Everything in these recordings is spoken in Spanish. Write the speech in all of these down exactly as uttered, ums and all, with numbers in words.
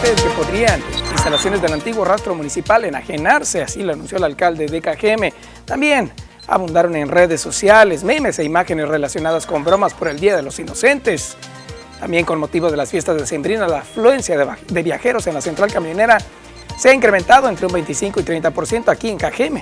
usted que podrían instalaciones del antiguo rastro municipal enajenarse, así lo anunció el alcalde de Cajeme. También abundaron en redes sociales memes e imágenes relacionadas con bromas por el Día de los Inocentes. También con motivo de las fiestas decembrinas, la afluencia de viajeros en la central camionera se ha incrementado entre un veinticinco y treinta por ciento aquí en Cajeme.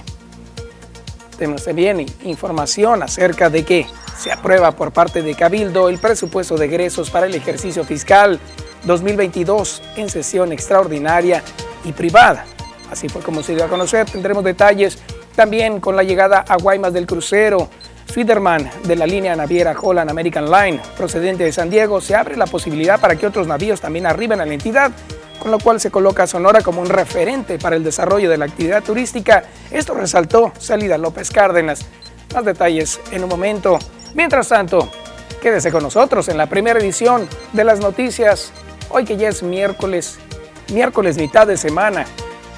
Tenemos también información acerca de que se aprueba por parte de Cabildo el presupuesto de egresos para el ejercicio fiscal dos mil veintidós en sesión extraordinaria y privada. Así fue como se dio a conocer. Tendremos detalles también con la llegada a Guaymas del crucero Swiderman de la línea naviera Holland American Line procedente de San Diego. Se abre la posibilidad para que otros navíos también arriben a la entidad, con lo cual se coloca a Sonora como un referente para el desarrollo de la actividad turística. Esto resaltó Célida López Cárdenas. Más detalles en un momento. Mientras tanto, quédese con nosotros en la primera edición de las noticias, hoy que ya es miércoles, miércoles mitad de semana,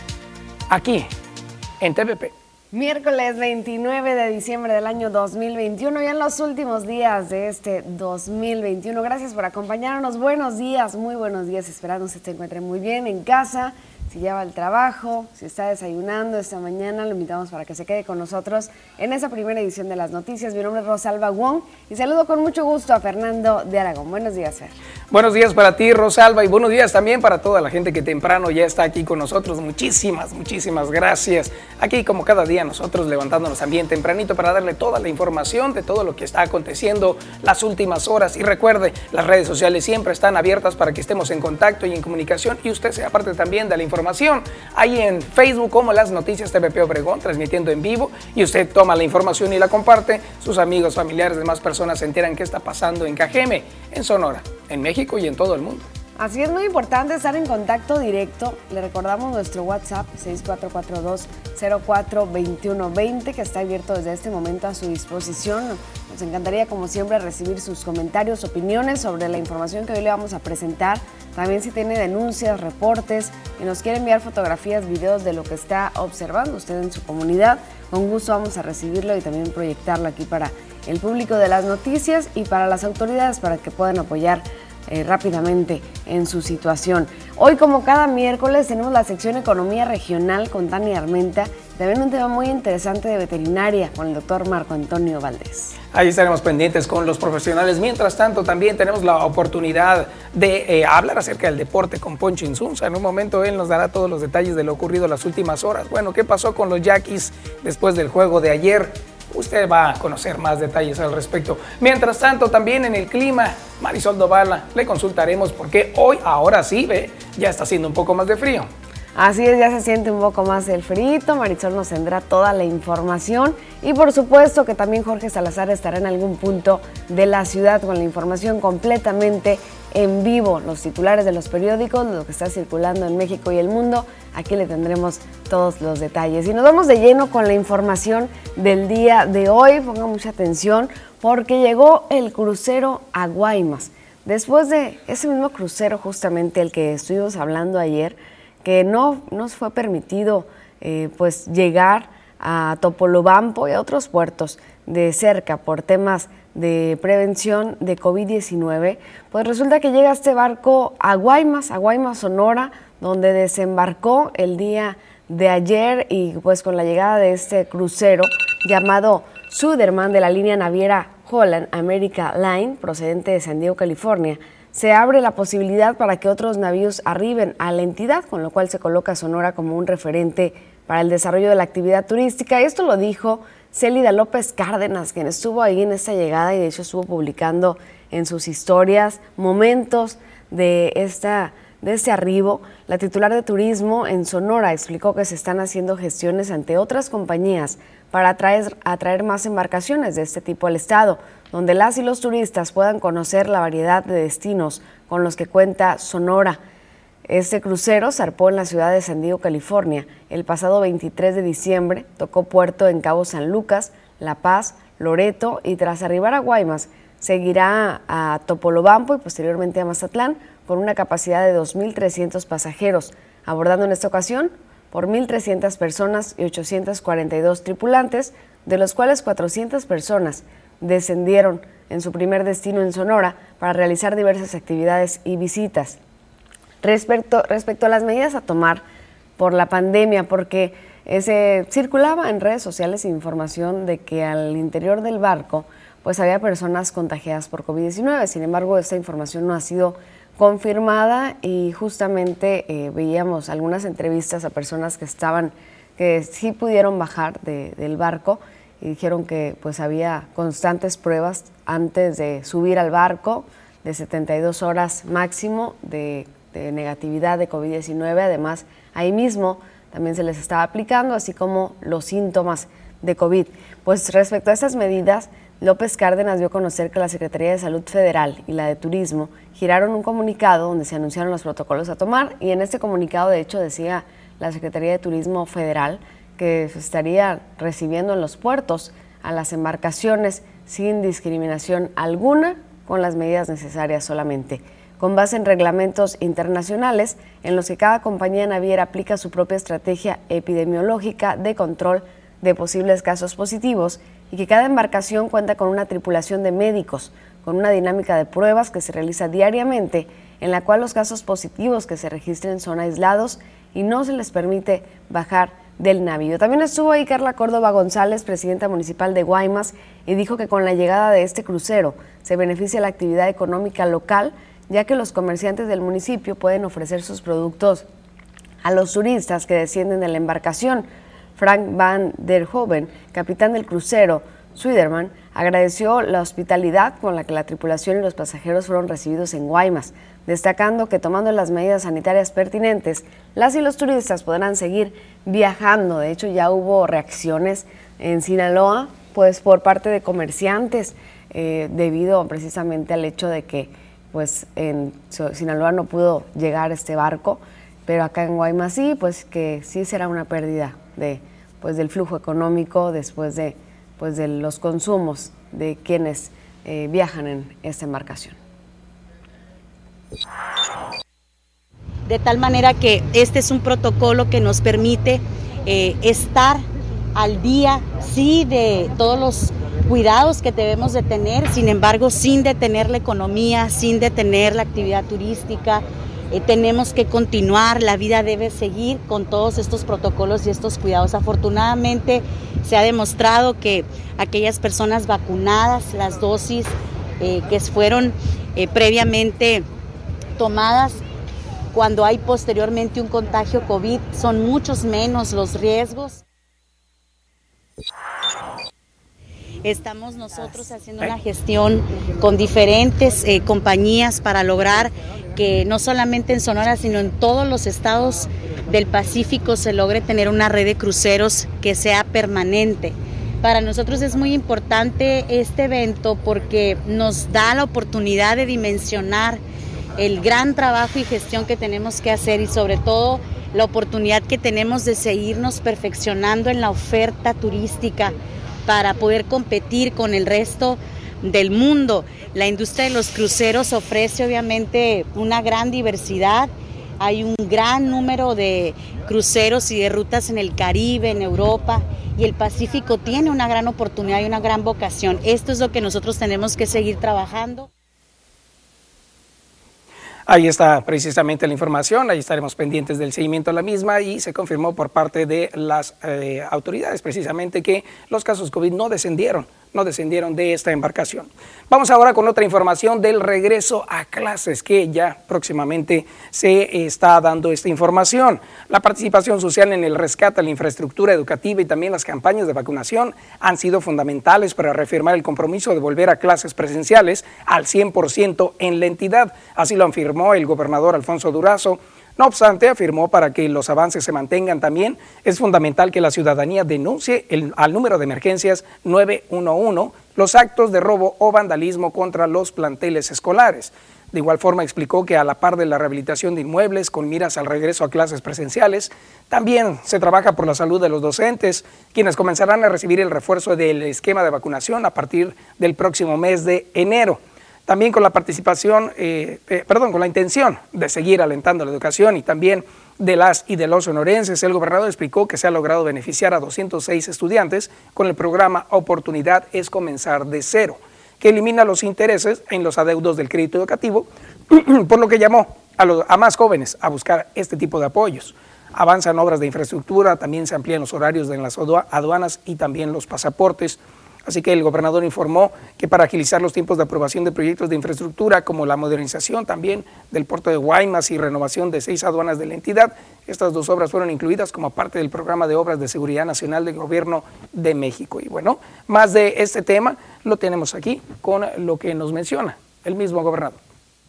aquí en T V P. Miércoles veintinueve de diciembre del año dos mil veintiuno, ya en los últimos días de este dos mil veintiuno. Gracias por acompañarnos. Buenos días, muy buenos días. Esperamos que se encuentre muy bien en casa, si ya va al trabajo, si está desayunando esta mañana. Lo invitamos para que se quede con nosotros en esa primera edición de las noticias. Mi nombre es Rosalba Wong y saludo con mucho gusto a Fernando de Aragón. Buenos días, Fer. Buenos días para ti, Rosalba, y buenos días también para toda la gente que temprano ya está aquí con nosotros. Muchísimas, muchísimas gracias. Aquí, como cada día, nosotros levantándonos también tempranito para darle toda la información de todo lo que está aconteciendo las últimas horas. Y recuerde, las redes sociales siempre están abiertas para que estemos en contacto y en comunicación, y usted sea parte también de la información. Ahí en Facebook como Las Noticias T V P Obregón, transmitiendo en vivo, y usted toma la información y la comparte. Sus amigos, familiares, demás personas se enteran qué está pasando en Cajeme, en Sonora, en México y en todo el mundo. Así es, muy importante estar en contacto directo. Le recordamos nuestro WhatsApp seis cuatro cuatro dos cero cuatro dos uno dos cero, que está abierto desde este momento a su disposición. Nos encantaría, como siempre, recibir sus comentarios, opiniones sobre la información que hoy le vamos a presentar. También si tiene denuncias, reportes y nos quiere enviar fotografías, videos de lo que está observando usted en su comunidad, con gusto vamos a recibirlo y también proyectarlo aquí para el público de las noticias y para las autoridades para que puedan apoyar Eh, rápidamente en su situación. Hoy, como cada miércoles, tenemos la sección Economía Regional con Tania Armenta, también un tema muy interesante de veterinaria con el doctor Marco Antonio Valdés. Ahí estaremos pendientes con los profesionales. Mientras tanto, también tenemos la oportunidad de eh, hablar acerca del deporte con Poncho Insunza. En un momento él nos dará todos los detalles de lo ocurrido en las últimas horas. Bueno, ¿qué pasó con los Yaquis después del juego de ayer? Usted va a conocer más detalles al respecto. Mientras tanto, también en el clima, Marisol Dovala, le consultaremos porque hoy, ahora sí, ve, ya está haciendo un poco más de frío. Así es, ya se siente un poco más el frío. Marisol nos tendrá toda la información y por supuesto que también Jorge Salazar estará en algún punto de la ciudad con la información completamente en vivo, los titulares de los periódicos, lo que está circulando en México y el mundo. Aquí le tendremos todos los detalles. Y nos vamos de lleno con la información del día de hoy. Ponga mucha atención porque llegó el crucero a Guaymas. Después de ese mismo crucero, justamente el que estuvimos hablando ayer, que no nos fue permitido eh, pues llegar a Topolobampo y a otros puertos de cerca por temas de prevención de COVID diecinueve, pues resulta que llega este barco a Guaymas, a Guaymas, Sonora, donde desembarcó el día de ayer y pues con la llegada de este crucero llamado Swiderman de la línea naviera Holland American Line, procedente de San Diego, California, se abre la posibilidad para que otros navíos arriben a la entidad, con lo cual se coloca a Sonora como un referente para el desarrollo de la actividad turística. Esto lo dijo Célida López Cárdenas, quien estuvo ahí en esta llegada y de hecho estuvo publicando en sus historias momentos de, esta, de este arribo. La titular de Turismo en Sonora explicó que se están haciendo gestiones ante otras compañías para atraer, atraer más embarcaciones de este tipo al estado, donde las y los turistas puedan conocer la variedad de destinos con los que cuenta Sonora. Este crucero zarpó en la ciudad de San Diego, California, el pasado veintitrés de diciembre, tocó puerto en Cabo San Lucas, La Paz, Loreto y tras arribar a Guaymas, seguirá a Topolobampo y posteriormente a Mazatlán con una capacidad de dos mil trescientos pasajeros, abordando en esta ocasión por mil trescientas personas y ochocientos cuarenta y dos tripulantes, de los cuales cuatrocientas personas descendieron en su primer destino en Sonora para realizar diversas actividades y visitas. respecto, respecto a las medidas a tomar por la pandemia, porque eh, se circulaba en redes sociales información de que al interior del barco pues había personas contagiadas por COVID diecinueve. Sin embargo, esta información no ha sido confirmada y justamente eh, veíamos algunas entrevistas a personas que estaban, que sí pudieron bajar de, del barco y dijeron que pues había constantes pruebas antes de subir al barco de setenta y dos horas máximo de, de negatividad de COVID diecinueve. Además, ahí mismo también se les estaba aplicando, así como los síntomas de COVID. Pues respecto a estas medidas, López Cárdenas dio a conocer que la Secretaría de Salud Federal y la de Turismo giraron un comunicado donde se anunciaron los protocolos a tomar, y en este comunicado, de hecho, decía la Secretaría de Turismo Federal que se estaría recibiendo en los puertos a las embarcaciones sin discriminación alguna, con las medidas necesarias solamente, con base en reglamentos internacionales en los que cada compañía naviera aplica su propia estrategia epidemiológica de control de posibles casos positivos, y que cada embarcación cuenta con una tripulación de médicos, con una dinámica de pruebas que se realiza diariamente, en la cual los casos positivos que se registren son aislados y no se les permite bajar del navío. También estuvo ahí Carla Córdoba González, presidenta municipal de Guaymas, y dijo que con la llegada de este crucero se beneficia la actividad económica local, ya que los comerciantes del municipio pueden ofrecer sus productos a los turistas que descienden de la embarcación. Frank Van der Hoven, capitán del crucero Swiderman, agradeció la hospitalidad con la que la tripulación y los pasajeros fueron recibidos en Guaymas, destacando que tomando las medidas sanitarias pertinentes, las y los turistas podrán seguir viajando. De hecho, ya hubo reacciones en Sinaloa, pues por parte de comerciantes, eh, debido precisamente al hecho de que pues en Sinaloa no pudo llegar este barco, pero acá en Guaymas sí, pues que sí será una pérdida de pues del flujo económico después de pues de los consumos de quienes eh, viajan en esta embarcación. De tal manera que este es un protocolo que nos permite eh, estar al día, sí, de todos los cuidados que debemos de tener, sin embargo, sin detener la economía, sin detener la actividad turística. Eh, tenemos que continuar, la vida debe seguir con todos estos protocolos y estos cuidados. Afortunadamente se ha demostrado que aquellas personas vacunadas, las dosis eh, que fueron eh, previamente tomadas, cuando hay posteriormente un contagio COVID, son muchos menos los riesgos. Estamos nosotros haciendo una gestión con diferentes eh, compañías para lograr que no solamente en Sonora, sino en todos los estados del Pacífico se logre tener una red de cruceros que sea permanente. Para nosotros es muy importante este evento porque nos da la oportunidad de dimensionar el gran trabajo y gestión que tenemos que hacer, y sobre todo la oportunidad que tenemos de seguirnos perfeccionando en la oferta turística para poder competir con el resto del mundo. La industria de los cruceros ofrece obviamente una gran diversidad. Hay un gran número de cruceros y de rutas en el Caribe, en Europa, y el Pacífico tiene una gran oportunidad y una gran vocación. Esto es lo que nosotros tenemos que seguir trabajando. Ahí está precisamente la información, ahí estaremos pendientes del seguimiento a la misma, y se confirmó por parte de las eh, autoridades precisamente que los casos COVID no descendieron, no descendieron de esta embarcación. Vamos ahora con otra información del regreso a clases, que ya próximamente se está dando esta información. La participación social en el rescate a la infraestructura educativa y también las campañas de vacunación han sido fundamentales para reafirmar el compromiso de volver a clases presenciales al cien por ciento en la entidad. Así lo afirmó el gobernador Alfonso Durazo. No obstante, afirmó, para que los avances se mantengan también, es fundamental que la ciudadanía denuncie el, al número de emergencias nueve uno uno los actos de robo o vandalismo contra los planteles escolares. De igual forma, explicó que a la par de la rehabilitación de inmuebles con miras al regreso a clases presenciales, también se trabaja por la salud de los docentes, quienes comenzarán a recibir el refuerzo del esquema de vacunación a partir del próximo mes de enero. También con la participación, eh, eh, perdón, con la intención de seguir alentando la educación y también de las y de los sonorenses, el gobernador explicó que se ha logrado beneficiar a doscientos seis estudiantes con el programa Oportunidad es Comenzar de Cero, que elimina los intereses en los adeudos del crédito educativo, por lo que llamó a, los, a más jóvenes a buscar este tipo de apoyos. Avanzan obras de infraestructura, también se amplían los horarios de las aduanas y también los pasaportes. Así que el gobernador informó que para agilizar los tiempos de aprobación de proyectos de infraestructura, como la modernización también del puerto de Guaymas y renovación de seis aduanas de la entidad, estas dos obras fueron incluidas como parte del programa de obras de seguridad nacional del Gobierno de México. Y bueno, más de este tema lo tenemos aquí con lo que nos menciona el mismo gobernador.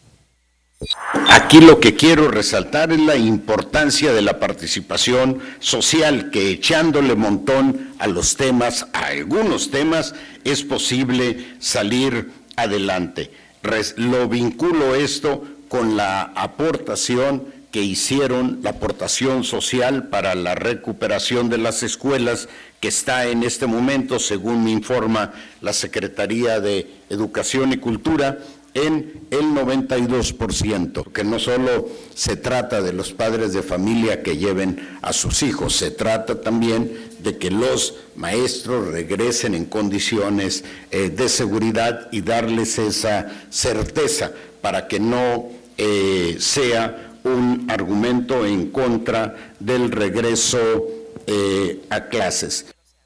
Aquí lo que quiero resaltar es la importancia de la participación social, que echándole montón a los temas, a algunos temas, es posible salir adelante. Lo vinculo esto con la aportación que hicieron, la aportación social para la recuperación de las escuelas, que está en este momento, según me informa la Secretaría de Educación y Cultura, en el noventa y dos por ciento, que no solo se trata de los padres de familia que lleven a sus hijos, se trata también de que los maestros regresen en condiciones eh, de seguridad y darles esa certeza para que no eh, sea un argumento en contra del regreso eh, a clases.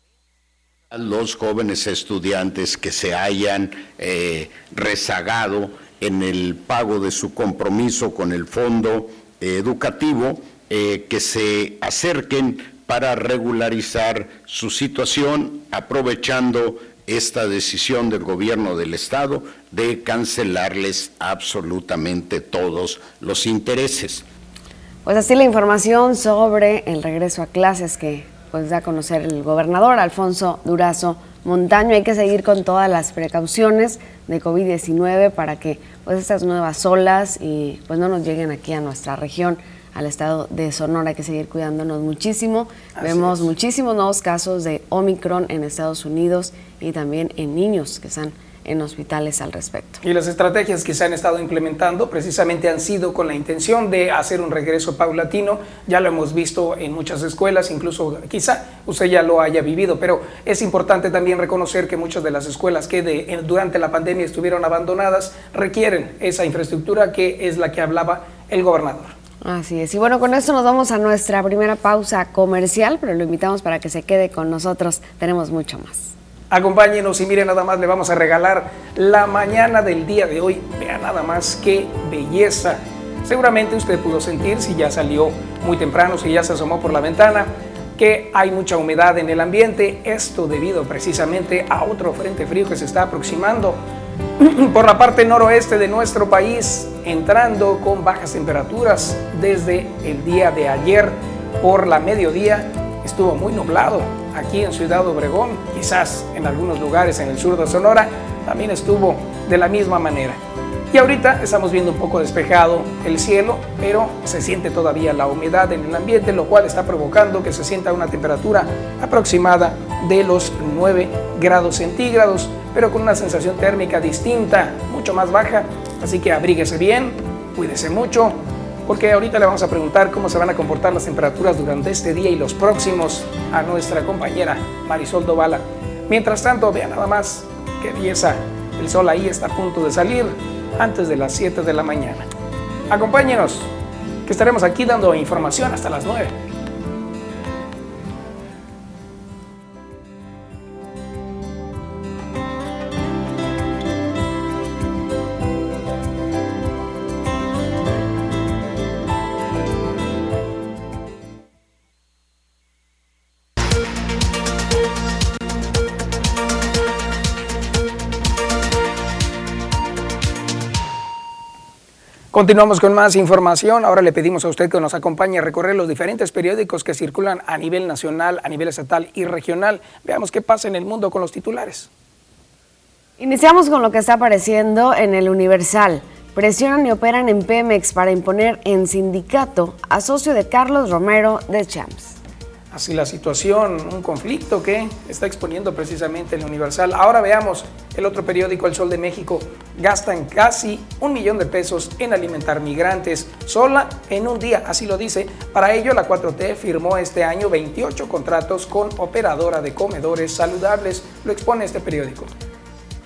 Los jóvenes estudiantes que se hayan eh, rezagado en el pago de su compromiso con el fondo eh, educativo, eh, que se acerquen para regularizar su situación, aprovechando esta decisión del gobierno del estado de cancelarles absolutamente todos los intereses. Pues así la información sobre el regreso a clases que pues da a conocer el gobernador Alfonso Durazo Montaño. Hay que seguir con todas las precauciones de COVID diecinueve para que pues estas nuevas olas y pues no nos lleguen aquí a nuestra región, al estado de Sonora. Hay que seguir cuidándonos muchísimo. Así Vemos es. muchísimos nuevos casos de Omicron en Estados Unidos y también en niños que están en hospitales al respecto. Y las estrategias que se han estado implementando precisamente han sido con la intención de hacer un regreso paulatino. Ya lo hemos visto en muchas escuelas, incluso quizá usted ya lo haya vivido, pero es importante también reconocer que muchas de las escuelas que de, durante la pandemia estuvieron abandonadas requieren esa infraestructura que es la que hablaba el gobernador. Así es, y bueno, con esto nos vamos a nuestra primera pausa comercial, pero lo invitamos para que se quede con nosotros, tenemos mucho más. Acompáñenos y miren, nada más le vamos a regalar la mañana del día de hoy. Vean nada más qué belleza. Seguramente usted pudo sentir, si ya salió muy temprano, si ya se asomó por la ventana, que hay mucha humedad en el ambiente. Esto debido precisamente a otro frente frío que se está aproximando por la parte noroeste de nuestro país, entrando con bajas temperaturas desde el día de ayer. Por la mediodía estuvo muy nublado aquí en Ciudad Obregón, quizás en algunos lugares en el sur de Sonora también estuvo de la misma manera. Y ahorita estamos viendo un poco despejado el cielo, pero se siente todavía la humedad en el ambiente, lo cual está provocando que se sienta una temperatura aproximada de los nueve grados centígrados, pero con una sensación térmica distinta, mucho más baja, así que abríguese bien, cuídese mucho, porque ahorita le vamos a preguntar cómo se van a comportar las temperaturas durante este día y los próximos a nuestra compañera Marisol Dovala. Mientras tanto, vean nada más qué belleza, el sol ahí está a punto de salir antes de las siete de la mañana. Acompáñenos, que estaremos aquí dando información hasta las nueve. Continuamos con más información. Ahora le pedimos a usted que nos acompañe a recorrer los diferentes periódicos que circulan a nivel nacional, a nivel estatal y regional. Veamos qué pasa en el mundo con los titulares. Iniciamos con lo que está apareciendo en el Universal. Presionan y operan en Pemex para imponer en sindicato a socio de Carlos Romero de Champs. Así la situación, un conflicto que está exponiendo precisamente el Universal. Ahora veamos el otro periódico, El Sol de México. Gastan casi un millón de pesos en alimentar migrantes sola en un día, así lo dice. Para ello, la cuatro T firmó este año veintiocho contratos con operadora de comedores saludables. Lo expone este periódico.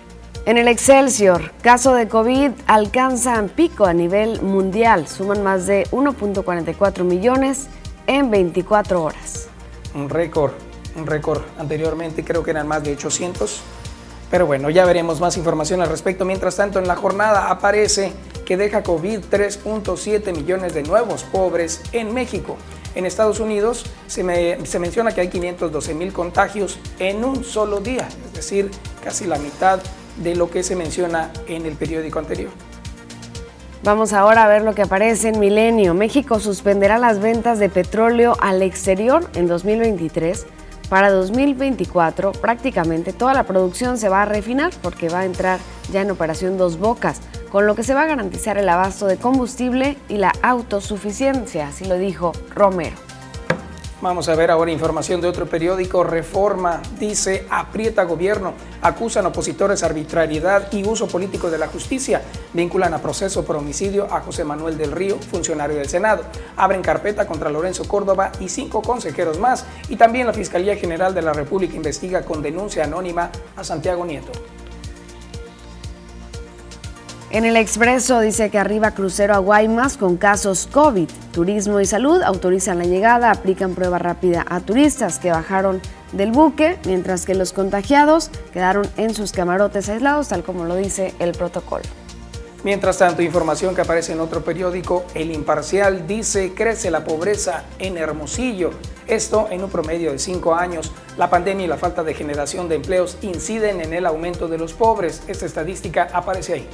En el Excelsior, caso de COVID alcanzan pico a nivel mundial, suman más de uno punto cuarenta y cuatro millones en veinticuatro horas. Un récord, un récord. Anteriormente creo que eran más de ochocientos, pero bueno, ya veremos más información al respecto. Mientras tanto, en la jornada aparece que deja COVID tres punto siete millones de nuevos pobres en México. En Estados Unidos se, me, se menciona que hay quinientos doce mil contagios en un solo día, es decir, casi la mitad de lo que se menciona en el periódico anterior. Vamos ahora a ver lo que aparece en Milenio. México suspenderá las ventas de petróleo al exterior en dos mil veintitrés. Para dos mil veinticuatro prácticamente toda la producción se va a refinar porque va a entrar ya en operación Dos Bocas, con lo que se va a garantizar el abasto de combustible y la autosuficiencia, así lo dijo Romero. Vamos a ver ahora información de otro periódico. Reforma dice: aprieta gobierno, acusan opositores arbitrariedad y uso político de la justicia, vinculan a proceso por homicidio a José Manuel del Río, funcionario del Senado, abren carpeta contra Lorenzo Córdoba y cinco consejeros más, y también la Fiscalía General de la República investiga con denuncia anónima a Santiago Nieto. En el Expreso dice que arriba crucero a Guaymas con casos COVID. Turismo y Salud autorizan la llegada, aplican prueba rápida a turistas que bajaron del buque, mientras que los contagiados quedaron en sus camarotes aislados, tal como lo dice el protocolo. Mientras tanto, información que aparece en otro periódico, El Imparcial, dice: crece la pobreza en Hermosillo. Esto en un promedio de cinco años. La pandemia y la falta de generación de empleos inciden en el aumento de los pobres. Esta estadística aparece ahí.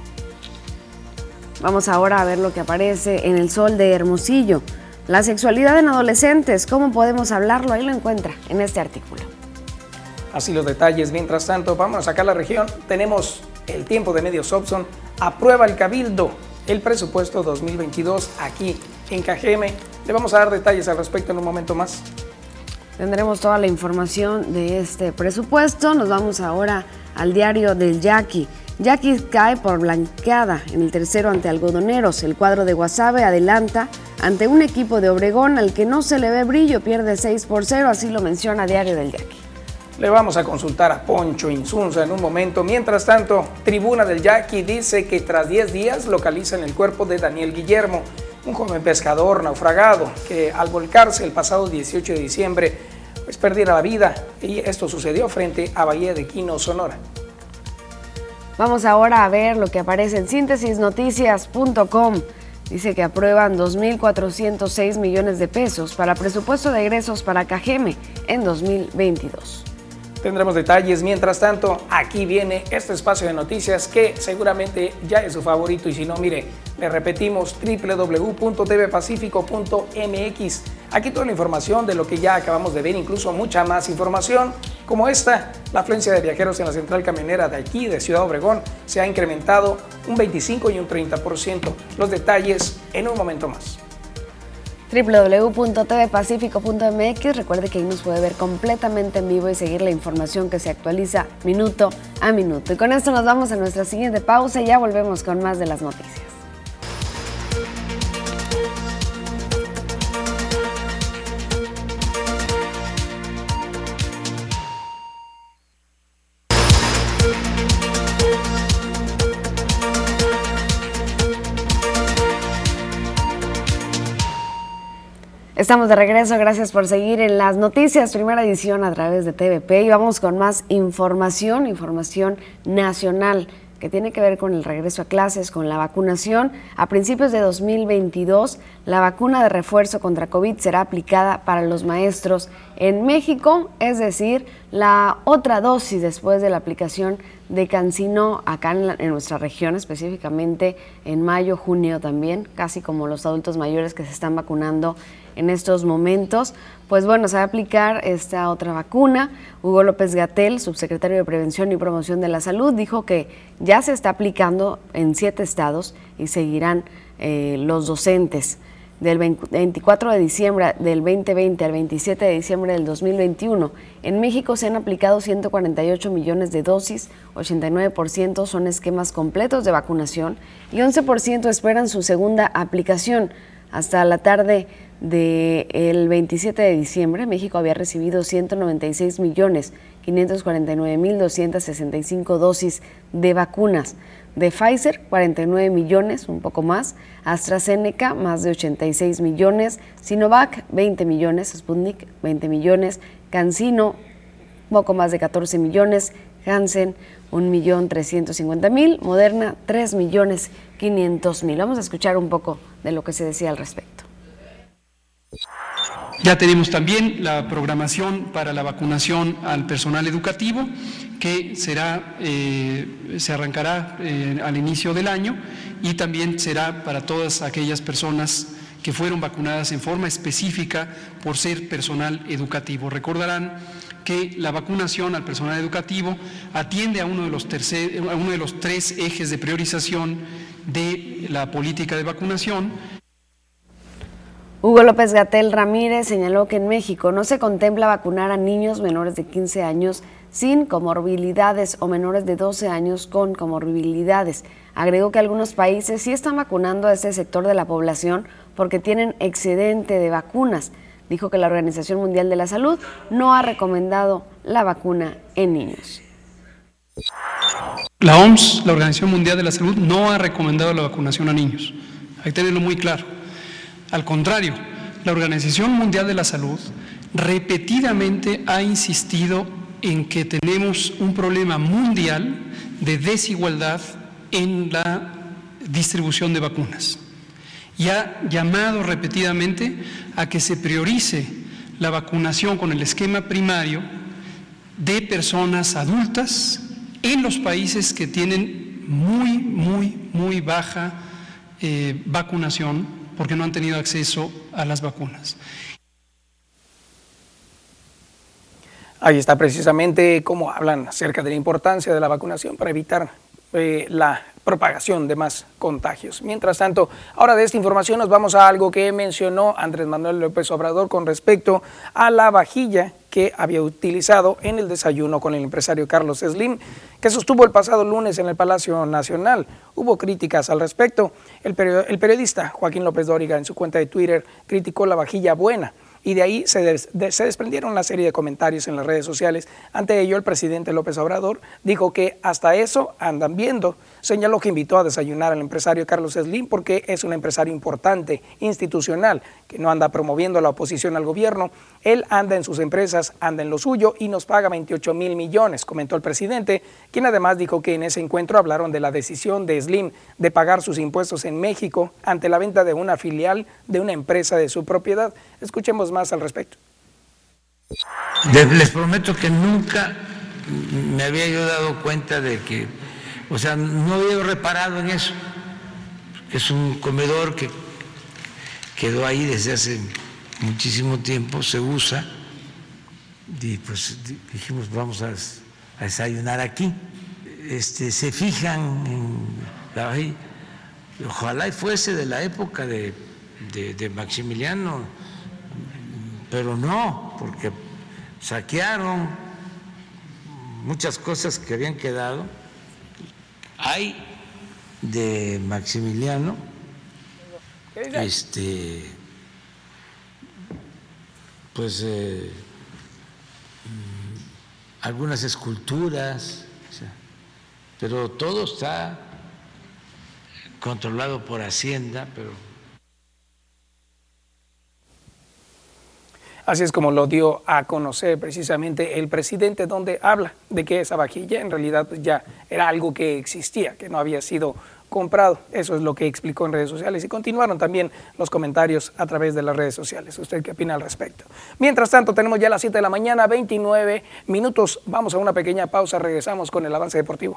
Vamos ahora a ver lo que aparece en El Sol de Hermosillo. La sexualidad en adolescentes, ¿cómo podemos hablarlo? Ahí lo encuentra en este artículo. Así los detalles. Mientras tanto, vamos a sacar la región. Tenemos el tiempo de Medios Opson. Aprueba el Cabildo el presupuesto dos mil veintidós aquí en Cajeme. Le vamos a dar detalles al respecto en un momento más. Tendremos toda la información de este presupuesto. Nos vamos ahora al diario del Yaqui. Yaqui cae por blanqueada en el tercero ante Algodoneros. El cuadro de Guasave adelanta ante un equipo de Obregón al que no se le ve brillo, pierde seis por cero, así lo menciona Diario del Yaqui. Le vamos a consultar a Poncho Insunza en un momento. Mientras tanto, Tribuna del Yaqui dice que tras diez días localizan el cuerpo de Daniel Guillermo, un joven pescador naufragado que al volcarse el pasado dieciocho de diciembre pues perdiera la vida, y esto sucedió frente a Bahía de Quino, Sonora. Vamos ahora a ver lo que aparece en síntesis noticias punto com. Dice que aprueban dos mil cuatrocientos seis millones de pesos para presupuesto de egresos para Cajeme en dos mil veintidós. Tendremos detalles. Mientras tanto, aquí viene este espacio de noticias que seguramente ya es su favorito, y si no, mire, le repetimos: doble u doble u doble u punto t v pacífico punto m x. Aquí toda la información de lo que ya acabamos de ver, incluso mucha más información como esta. La afluencia de viajeros en la central camionera de aquí, de Ciudad Obregón, se ha incrementado un veinticinco y un treinta por ciento. Los detalles en un momento más. doble u doble u doble u punto t v pacífico punto m x. Recuerde que ahí nos puede ver completamente en vivo y seguir la información que se actualiza minuto a minuto. Y con esto nos vamos a nuestra siguiente pausa y ya volvemos con más de las noticias. Estamos de regreso, gracias por seguir en las noticias, primera edición a través de T V P, y vamos con más información, información nacional que tiene que ver con el regreso a clases, con la vacunación. A principios de dos mil veintidós, la vacuna de refuerzo contra COVID será aplicada para los maestros en México, es decir, la otra dosis después de la aplicación de CanSino acá en, la, en nuestra región, específicamente en mayo, junio también, casi como los adultos mayores que se están vacunando en estos momentos. Pues bueno, se va a aplicar esta otra vacuna. Hugo López-Gatell, subsecretario de Prevención y Promoción de la Salud, dijo que ya se está aplicando en siete estados y seguirán eh, los docentes. Del veinticuatro de diciembre del veinte veinte al veintisiete de diciembre del dos mil veintiuno, en México se han aplicado ciento cuarenta y ocho millones de dosis, ochenta y nueve por ciento son esquemas completos de vacunación y once por ciento esperan su segunda aplicación. Hasta la tarde del veintisiete de diciembre, México había recibido ciento noventa y seis millones quinientos cuarenta y nueve mil doscientas sesenta y cinco dosis de vacunas. De Pfizer, cuarenta y nueve millones, un poco más. AstraZeneca, más de ochenta y seis millones. Sinovac, veinte millones. Sputnik, veinte millones. CanSino, poco más de catorce millones. Janssen, un millón trescientos cincuenta mil. Moderna, tres millones quinientos mil. Vamos a escuchar un poco de lo que se decía al respecto. Ya tenemos también la programación para la vacunación al personal educativo, que será, eh, se arrancará eh, al inicio del año, y también será para todas aquellas personas que fueron vacunadas en forma específica por ser personal educativo. Recordarán que la vacunación al personal educativo atiende a uno de los, tercer, a uno de los tres ejes de priorización de la política de vacunación. Hugo López-Gatell Ramírez señaló que en México no se contempla vacunar a niños menores de quince años sin comorbilidades o menores de doce años con comorbilidades. Agregó que algunos países sí están vacunando a este sector de la población porque tienen excedente de vacunas. Dijo que la Organización Mundial de la Salud no ha recomendado la vacuna en niños. La O M S, la Organización Mundial de la Salud, no ha recomendado la vacunación a niños. Hay que tenerlo muy claro. Al contrario, la Organización Mundial de la Salud repetidamente ha insistido en que tenemos un problema mundial de desigualdad en la distribución de vacunas y ha llamado repetidamente a que se priorice la vacunación con el esquema primario de personas adultas en los países que tienen muy, muy, muy baja eh, vacunación, porque no han tenido acceso a las vacunas. Ahí está precisamente cómo hablan acerca de la importancia de la vacunación para evitar eh, la propagación de más contagios. Mientras tanto, ahora de esta información nos vamos a algo que mencionó Andrés Manuel López Obrador con respecto a la vajilla que había utilizado en el desayuno con el empresario Carlos Slim, que sostuvo el pasado lunes en el Palacio Nacional. Hubo críticas al respecto. El, period- el periodista Joaquín López Dóriga en su cuenta de Twitter criticó la vajilla buena, y de ahí se, des, de, se desprendieron una serie de comentarios en las redes sociales. Ante ello, el presidente López Obrador dijo que hasta eso andan viendo. Señaló que invitó a desayunar al empresario Carlos Slim porque es un empresario importante, institucional, que no anda promoviendo la oposición al gobierno. Él anda en sus empresas, anda en lo suyo y nos paga veintiocho mil millones, comentó el presidente, quien además dijo que en ese encuentro hablaron de la decisión de Slim de pagar sus impuestos en México ante la venta de una filial de una empresa de su propiedad. Escuchemos más al respecto. Les prometo que nunca me había yo dado cuenta de que, o sea, no había reparado en eso. Es un comedor que quedó ahí desde hace muchísimo tiempo, se usa, y pues dijimos vamos a, a desayunar aquí. Este, se fijan en la vajilla, ojalá y fuese de la época de, de, de Maximiliano, pero no, porque saquearon muchas cosas que habían quedado. Hay de Maximiliano, este, pues eh, algunas esculturas, o sea, pero todo está controlado por Hacienda, pero Así es como lo dio a conocer precisamente el presidente, donde habla de que esa vajilla en realidad pues, ya era algo que existía, que no había sido comprado. Eso es lo que explicó en redes sociales y continuaron también los comentarios a través de las redes sociales. ¿Usted qué opina al respecto? Mientras tanto, tenemos ya las siete de la mañana, veintinueve minutos. Vamos a una pequeña pausa, regresamos con el avance deportivo.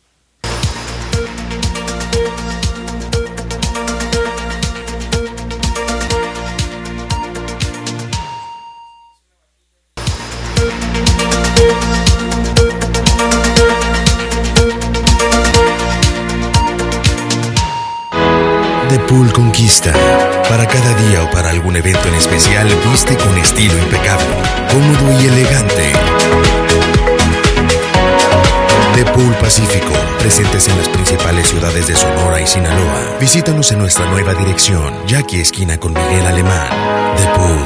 The Pool Conquista. Para cada día o para algún evento en especial, viste con estilo impecable, cómodo y elegante. The Pool Pacífico, presentes en las principales ciudades de Sonora y Sinaloa. Visítanos en nuestra nueva dirección, Jackie esquina con Miguel Alemán. The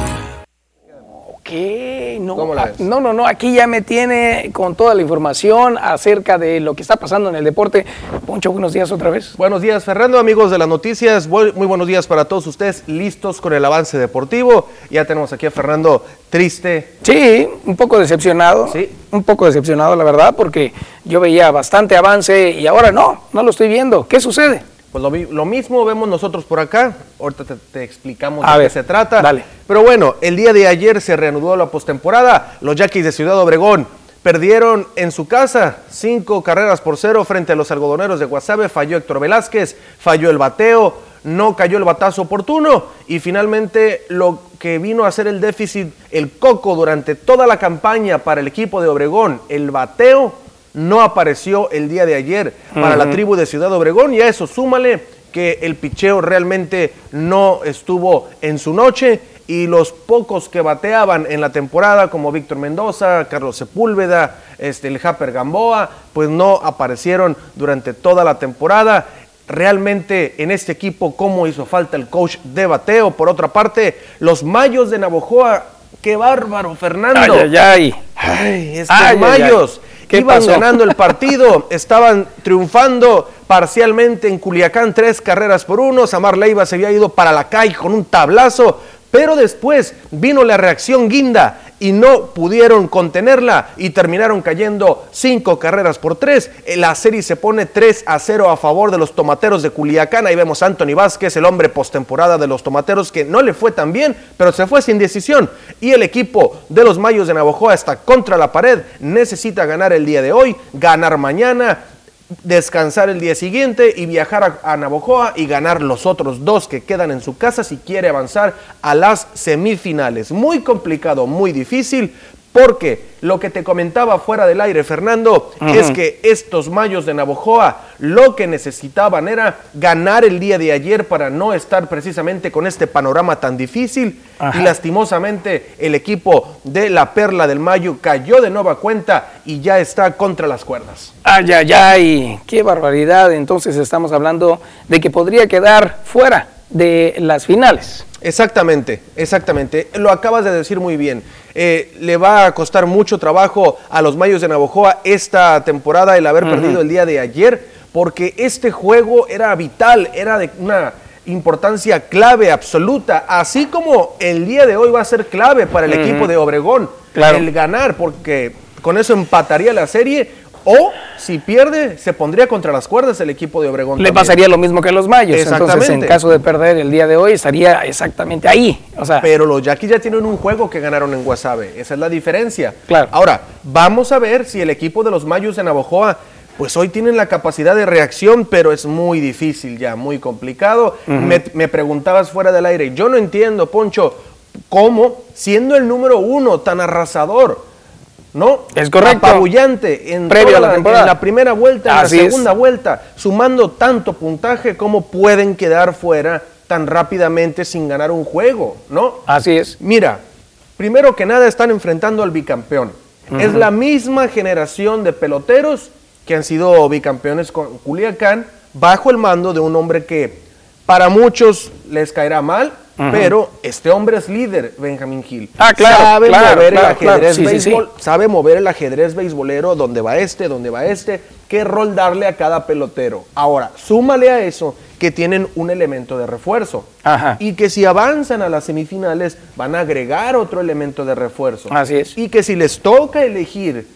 Pool. ¿Qué? No, ¿Cómo la ves? no, no, no, aquí ya me tiene con toda la información acerca de lo que está pasando en el deporte. Poncho, buenos días otra vez. Buenos días, Fernando, amigos de las noticias, muy buenos días para todos ustedes, listos con el avance deportivo. Ya tenemos aquí a Fernando triste. Sí, un poco decepcionado, Sí. un poco decepcionado la verdad, porque yo veía bastante avance y ahora no, no lo estoy viendo. ¿Qué sucede? Pues lo, lo mismo vemos nosotros por acá, ahorita te, te explicamos A de ver, qué se trata. dale. Pero bueno, el día de ayer se reanudó la postemporada, los Yaquis de Ciudad Obregón perdieron en su casa cinco carreras por cero frente a los algodoneros de Guasave, falló Héctor Velázquez, falló el bateo, no cayó el batazo oportuno y finalmente lo que vino a ser el déficit, el coco durante toda la campaña para el equipo de Obregón, el bateo, no apareció el día de ayer para uh-huh. la tribu de Ciudad Obregón y a eso súmale que el picheo realmente no estuvo en su noche y los pocos que bateaban en la temporada como Víctor Mendoza, Carlos Sepúlveda, este, el Japper Gamboa, pues no aparecieron durante toda la temporada. Realmente en este equipo cómo hizo falta el coach de bateo. Por otra parte, los Mayos de Navojoa, qué bárbaro, Fernando. Ay, ay, ay. Ay, estos Ay, Mayos ay, ay. iban pasó? ganando el partido, estaban triunfando parcialmente en Culiacán, tres carreras por uno. Samar Leiva se había ido para la calle con un tablazo, pero después vino la reacción guinda y no pudieron contenerla y terminaron cayendo cinco carreras por tres. La serie se pone tres a cero a favor de los Tomateros de Culiacán. Ahí vemos a Anthony Vázquez, el hombre postemporada de los Tomateros, que no le fue tan bien, pero se fue sin decisión. Y el equipo de los Mayos de Navojoa está contra la pared, necesita ganar el día de hoy, ganar mañana, descansar el día siguiente y viajar a, a Navojoa y ganar los otros dos que quedan en su casa si quiere avanzar a las semifinales. Muy complicado, muy difícil, porque lo que te comentaba fuera del aire, Fernando, uh-huh. es que estos Mayos de Navojoa lo que necesitaban era ganar el día de ayer para no estar precisamente con este panorama tan difícil. Ajá. Y lastimosamente el equipo de la Perla del Mayo cayó de nueva cuenta y ya está contra las cuerdas. Ay, ay, ay, qué barbaridad. Entonces estamos hablando de que podría quedar fuera de las finales. Exactamente, exactamente. Lo acabas de decir muy bien. Eh, le va a costar mucho trabajo a los Mayos de Navojoa esta temporada el haber uh-huh. perdido el día de ayer, porque este juego era vital, era de una importancia clave absoluta, así como el día de hoy va a ser clave para el uh-huh. equipo de Obregón, claro. el ganar, porque con eso empataría la serie. O, si pierde, se pondría contra las cuerdas el equipo de Obregón. Le también pasaría lo mismo que a los Mayos. Entonces, en caso de perder el día de hoy, estaría exactamente ahí. O sea, pero los Yaquis ya tienen un juego que ganaron en Guasave. Esa es la diferencia. Claro. Ahora, vamos a ver si el equipo de los Mayos de Navojoa, pues hoy tienen la capacidad de reacción, pero es muy difícil ya, muy complicado. Uh-huh. me, me preguntabas fuera del aire, yo no entiendo, Poncho, cómo, siendo el número uno tan arrasador, ¿no? Es correcto. Apabullante en, Previo a la la, temporada. en la primera vuelta, en Así la segunda es. vuelta, sumando tanto puntaje, ¿cómo pueden quedar fuera tan rápidamente sin ganar un juego, ¿no? Así es. Mira, primero que nada están enfrentando al bicampeón. Uh-huh. Es la misma generación de peloteros que han sido bicampeones con Culiacán, bajo el mando de un hombre que para muchos les caerá mal, uh-huh. pero este hombre es líder, Benjamín Gil. Ah, claro, sabe claro, mover claro, el ajedrez claro. Sí, béisbol, sí, sí. sabe mover el ajedrez beisbolero, dónde va este, dónde va este, qué rol darle a cada pelotero. Ahora, súmale a eso que tienen un elemento de refuerzo. Ajá. Y que si avanzan a las semifinales van a agregar otro elemento de refuerzo. Así es. Y que si les toca elegir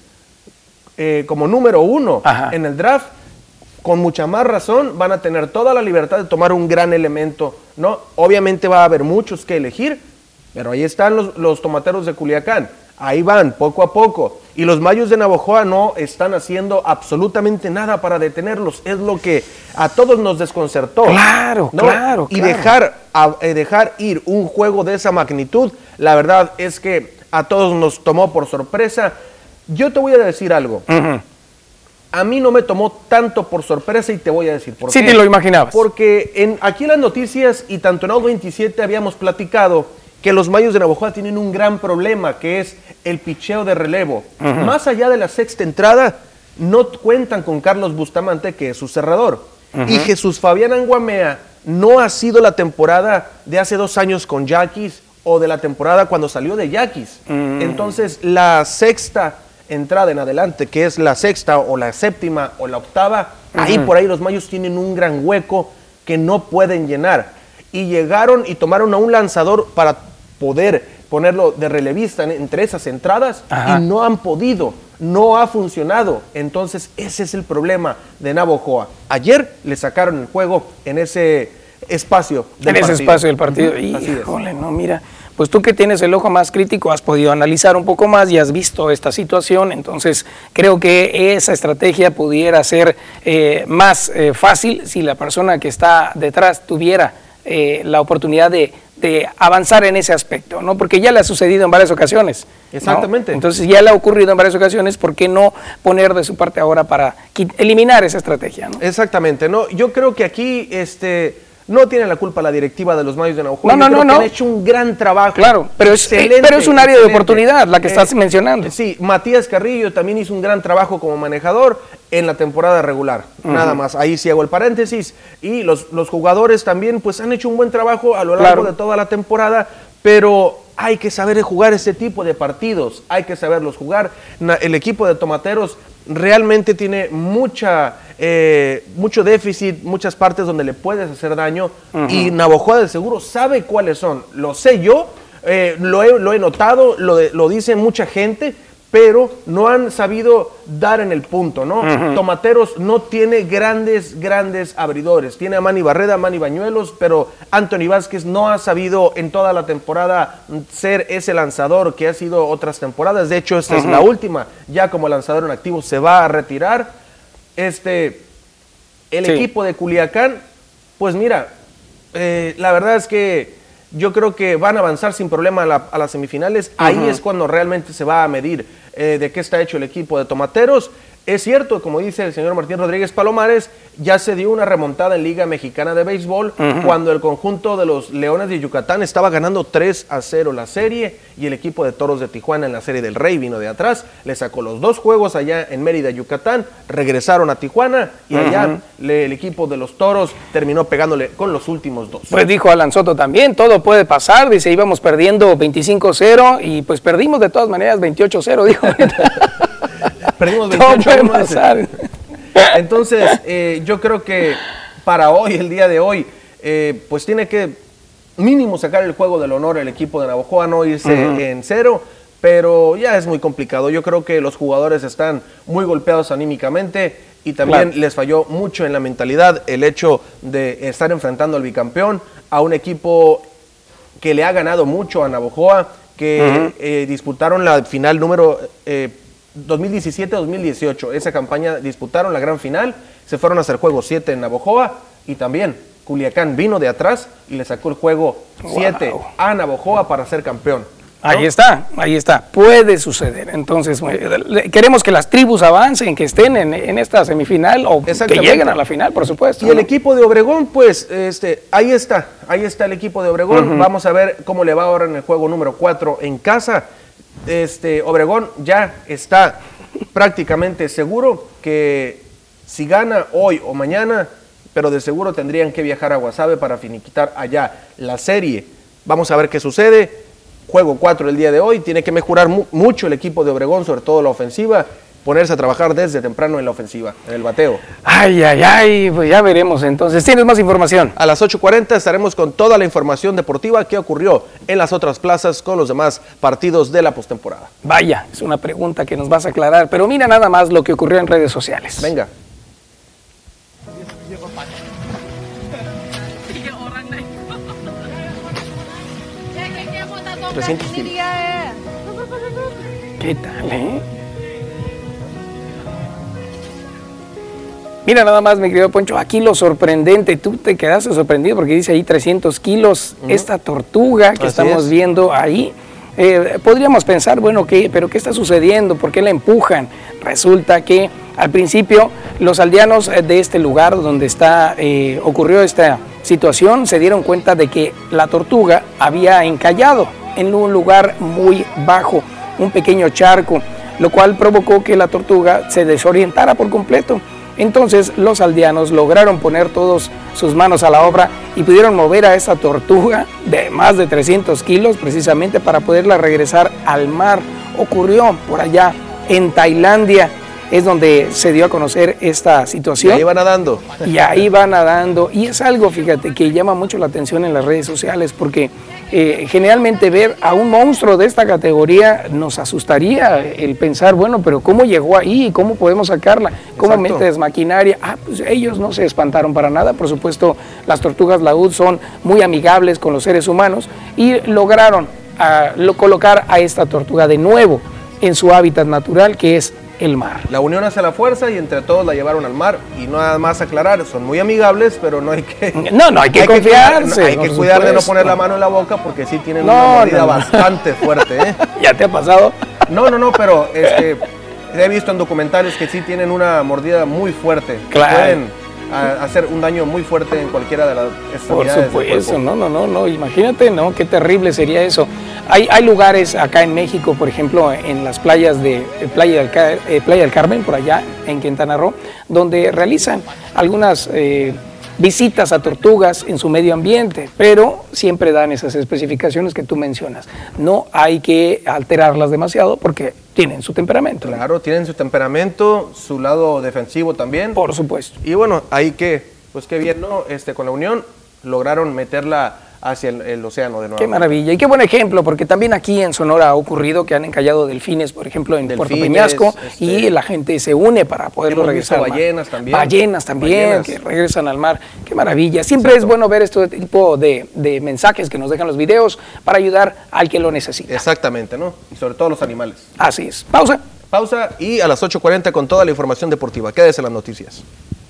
eh, como número uno Ajá. en el draft, con mucha más razón van a tener toda la libertad de tomar un gran elemento, ¿no? Obviamente va a haber muchos que elegir, pero ahí están los, los Tomateros de Culiacán, ahí van poco a poco, y los Mayos de Navojoa no están haciendo absolutamente nada para detenerlos, es lo que a todos nos desconcertó. Claro, ¿no? claro, Y claro. dejar, a, eh, dejar ir un juego de esa magnitud, la verdad es que a todos nos tomó por sorpresa. Yo te voy a decir algo. Uh-huh. A mí no me tomó tanto por sorpresa y te voy a decir por sí, qué. Sí, te lo imaginabas. Porque en, aquí en las noticias y tanto en Out veintisiete habíamos platicado que los Mayos de Navojoa tienen un gran problema, que es el picheo de relevo. Uh-huh. Más allá de la sexta entrada, no cuentan con Carlos Bustamante, que es su cerrador. Uh-huh. Y Jesús Fabián Anguamea no ha sido la temporada de hace dos años con Yaquis o de la temporada cuando salió de Yaquis. Uh-huh. Entonces, la sexta entrada en adelante, que es la sexta o la séptima o la octava, uh-huh. ahí por ahí los Mayos tienen un gran hueco que no pueden llenar. Y llegaron y tomaron a un lanzador para poder ponerlo de relevista entre esas entradas. Ajá. Y no han podido, no ha funcionado. Entonces ese es el problema de Navojoa. Ayer le sacaron el juego en ese espacio del en partido. ese espacio del partido. Uh-huh. Híjole, no, mira, pues tú que tienes el ojo más crítico has podido analizar un poco más y has visto esta situación, entonces creo que esa estrategia pudiera ser eh, más eh, fácil si la persona que está detrás tuviera eh, la oportunidad de de avanzar en ese aspecto, ¿no? Porque ya le ha sucedido en varias ocasiones. Exactamente. ¿No? Entonces ya le ha ocurrido en varias ocasiones, ¿por qué no poner de su parte ahora para eliminar esa estrategia, ¿no? Exactamente, ¿no? Yo creo que aquí este no tiene la culpa la directiva de los Mayos de Navojoa. No, no, no, no. Han hecho un gran trabajo. Claro, pero es, eh, pero es un área excelente. de oportunidad la que eh, estás mencionando. Sí, Matías Carrillo también hizo un gran trabajo como manejador en la temporada regular. Uh-huh. Nada más, ahí sí hago el paréntesis. Y los, los jugadores también pues han hecho un buen trabajo a lo largo claro. de toda la temporada, pero hay que saber jugar ese tipo de partidos, hay que saberlos jugar. El equipo de Tomateros realmente tiene mucha, eh, mucho déficit, muchas partes donde le puedes hacer daño, uh-huh. y Navojoa de seguro sabe cuáles son. Lo sé yo, eh, lo, he, lo he notado, lo, de, lo dice mucha gente, pero no han sabido dar en el punto, ¿no? Uh-huh. Tomateros no tiene grandes, grandes abridores. Tiene a Manny Barreda, a Manny Bañuelos, pero Anthony Vázquez no ha sabido en toda la temporada ser ese lanzador que ha sido otras temporadas. De hecho, esta uh-huh. es la última. Ya como lanzador en activo se va a retirar. Este, el sí. equipo de Culiacán, pues mira, eh, la verdad es que yo creo que van a avanzar sin problema a, la, a las semifinales. Uh-huh. Ahí es cuando realmente se va a medir eh, de qué está hecho el equipo de Tomateros. Es cierto, como dice el señor Martín Rodríguez Palomares, ya se dio una remontada en Liga Mexicana de Béisbol, uh-huh. cuando el conjunto de los Leones de Yucatán estaba ganando tres a cero la serie, y el equipo de Toros de Tijuana en la Serie del Rey vino de atrás, le sacó los dos juegos allá en Mérida, Yucatán, regresaron a Tijuana, y uh-huh. allá le, el equipo de los Toros terminó pegándole con los últimos dos. Pues dijo Alan Soto también, todo puede pasar, dice, íbamos perdiendo veinticinco cero, y pues perdimos de todas maneras veintiocho cero, dijo. Perdimos veintiocho a uno. Entonces, eh, yo creo que para hoy, el día de hoy, eh, pues tiene que mínimo sacar el juego del honor el equipo de Navojoa, no irse uh-huh. en cero, pero ya es muy complicado. Yo creo que los jugadores están muy golpeados anímicamente y también claro. les falló mucho en la mentalidad el hecho de estar enfrentando al bicampeón, a un equipo que le ha ganado mucho a Navojoa, que uh-huh. eh, disputaron la final número eh, dos mil diecisiete dos mil dieciocho. Esa campaña disputaron la gran final, se fueron a hacer juego siete en Navojoa, y también Culiacán vino de atrás y le sacó el juego siete wow. a Navojoa para ser campeón, ¿no? Ahí está, ahí está, puede suceder. Entonces, queremos que las tribus avancen, que estén en, en esta semifinal o que lleguen a la final, por supuesto. Y ¿no? el equipo de Obregón, pues, este, ahí está, ahí está el equipo de Obregón. Uh-huh. Vamos a ver cómo le va ahora en el juego número cuatro en casa. Este, Obregón ya está prácticamente seguro que si gana hoy o mañana, pero de seguro tendrían que viajar a Guasave para finiquitar allá la serie. Vamos a ver qué sucede. Juego cuatro el día de hoy, tiene que mejorar mu- mucho el equipo de Obregón, sobre todo la ofensiva, ponerse a trabajar desde temprano en la ofensiva, en el bateo. Ay, ay, ay, pues ya veremos entonces. ¿Tienes más información? A las ocho cuarenta estaremos con toda la información deportiva que ocurrió en las otras plazas con los demás partidos de la postemporada. Vaya, es una pregunta que nos vas a aclarar, pero mira nada más lo que ocurrió en redes sociales. Venga. trescientos kilos. ¿Qué tal, eh? Mira nada más, mi querido Poncho, aquí lo sorprendente, tú te quedaste sorprendido porque dice ahí trescientos kilos, uh-huh. esta tortuga que Así estamos es. viendo ahí. Eh, podríamos pensar, bueno, ¿qué, pero ¿qué está sucediendo? ¿Por qué la empujan? Resulta que al principio los aldeanos de este lugar donde está, eh, ocurrió esta situación se dieron cuenta de que la tortuga había encallado en un lugar muy bajo, un pequeño charco. lo cual provocó que la tortuga se desorientara por completo. Entonces los aldeanos lograron poner todas sus manos a la obra y pudieron mover a esa tortuga de más de trescientos kilos precisamente para poderla regresar al mar. Ocurrió por allá en Tailandia, es donde se dio a conocer esta situación. Y ahí va nadando. Y ahí va nadando. Y es algo, fíjate, que llama mucho la atención en las redes sociales, porque eh, generalmente ver a un monstruo de esta categoría nos asustaría el pensar, bueno, pero ¿cómo llegó ahí? ¿Cómo podemos sacarla? ¿Cómo Exacto. metes maquinaria? Ah, pues ellos no se espantaron para nada. Por supuesto, las tortugas laúd son muy amigables con los seres humanos y lograron ah, lo, colocar a esta tortuga de nuevo en su hábitat natural, que es el mar. La unión hace la fuerza y entre todos la llevaron al mar. Y nada más aclarar, son muy amigables, pero no hay que... No, no hay que hay confiarse. Que, hay que cuidar de no poner la mano en la boca porque sí tienen no, una mordida no, no. bastante fuerte. ¿eh? ¿Ya te ha pasado? No, no, no, pero este, he visto en documentales que sí tienen una mordida muy fuerte. Claro. Pueden a, hacer un daño muy fuerte en cualquiera de las extremidades. Por supuesto, no, no, no, no, imagínate, no, qué terrible sería eso. Hay, hay lugares acá en México, por ejemplo, en las playas de Playa del, eh, Playa del Carmen, por allá en Quintana Roo, donde realizan algunas eh, visitas a tortugas en su medio ambiente, pero siempre dan esas especificaciones que tú mencionas. No hay que alterarlas demasiado porque tienen su temperamento. Claro, tienen su temperamento, su lado defensivo también. Por supuesto. Y bueno, ahí que, pues qué bien, ¿no? Este, con la unión lograron meterla hacia el, el océano de nuevo. Qué maravilla y qué buen ejemplo, porque también aquí en Sonora ha ocurrido que han encallado delfines, por ejemplo, en Delfines, Puerto Peñasco, este, y la gente se une para poderlo hemos regresar. visto ballenas también. Ballenas también, Ballenas. que regresan al mar. Qué maravilla. Siempre Exacto. es bueno ver este tipo de, de mensajes que nos dejan los videos para ayudar al que lo necesita. Exactamente, ¿no? Y sobre todo los animales. Así es. Pausa. Pausa y a las ocho cuarenta con toda la información deportiva. Quédese en las noticias.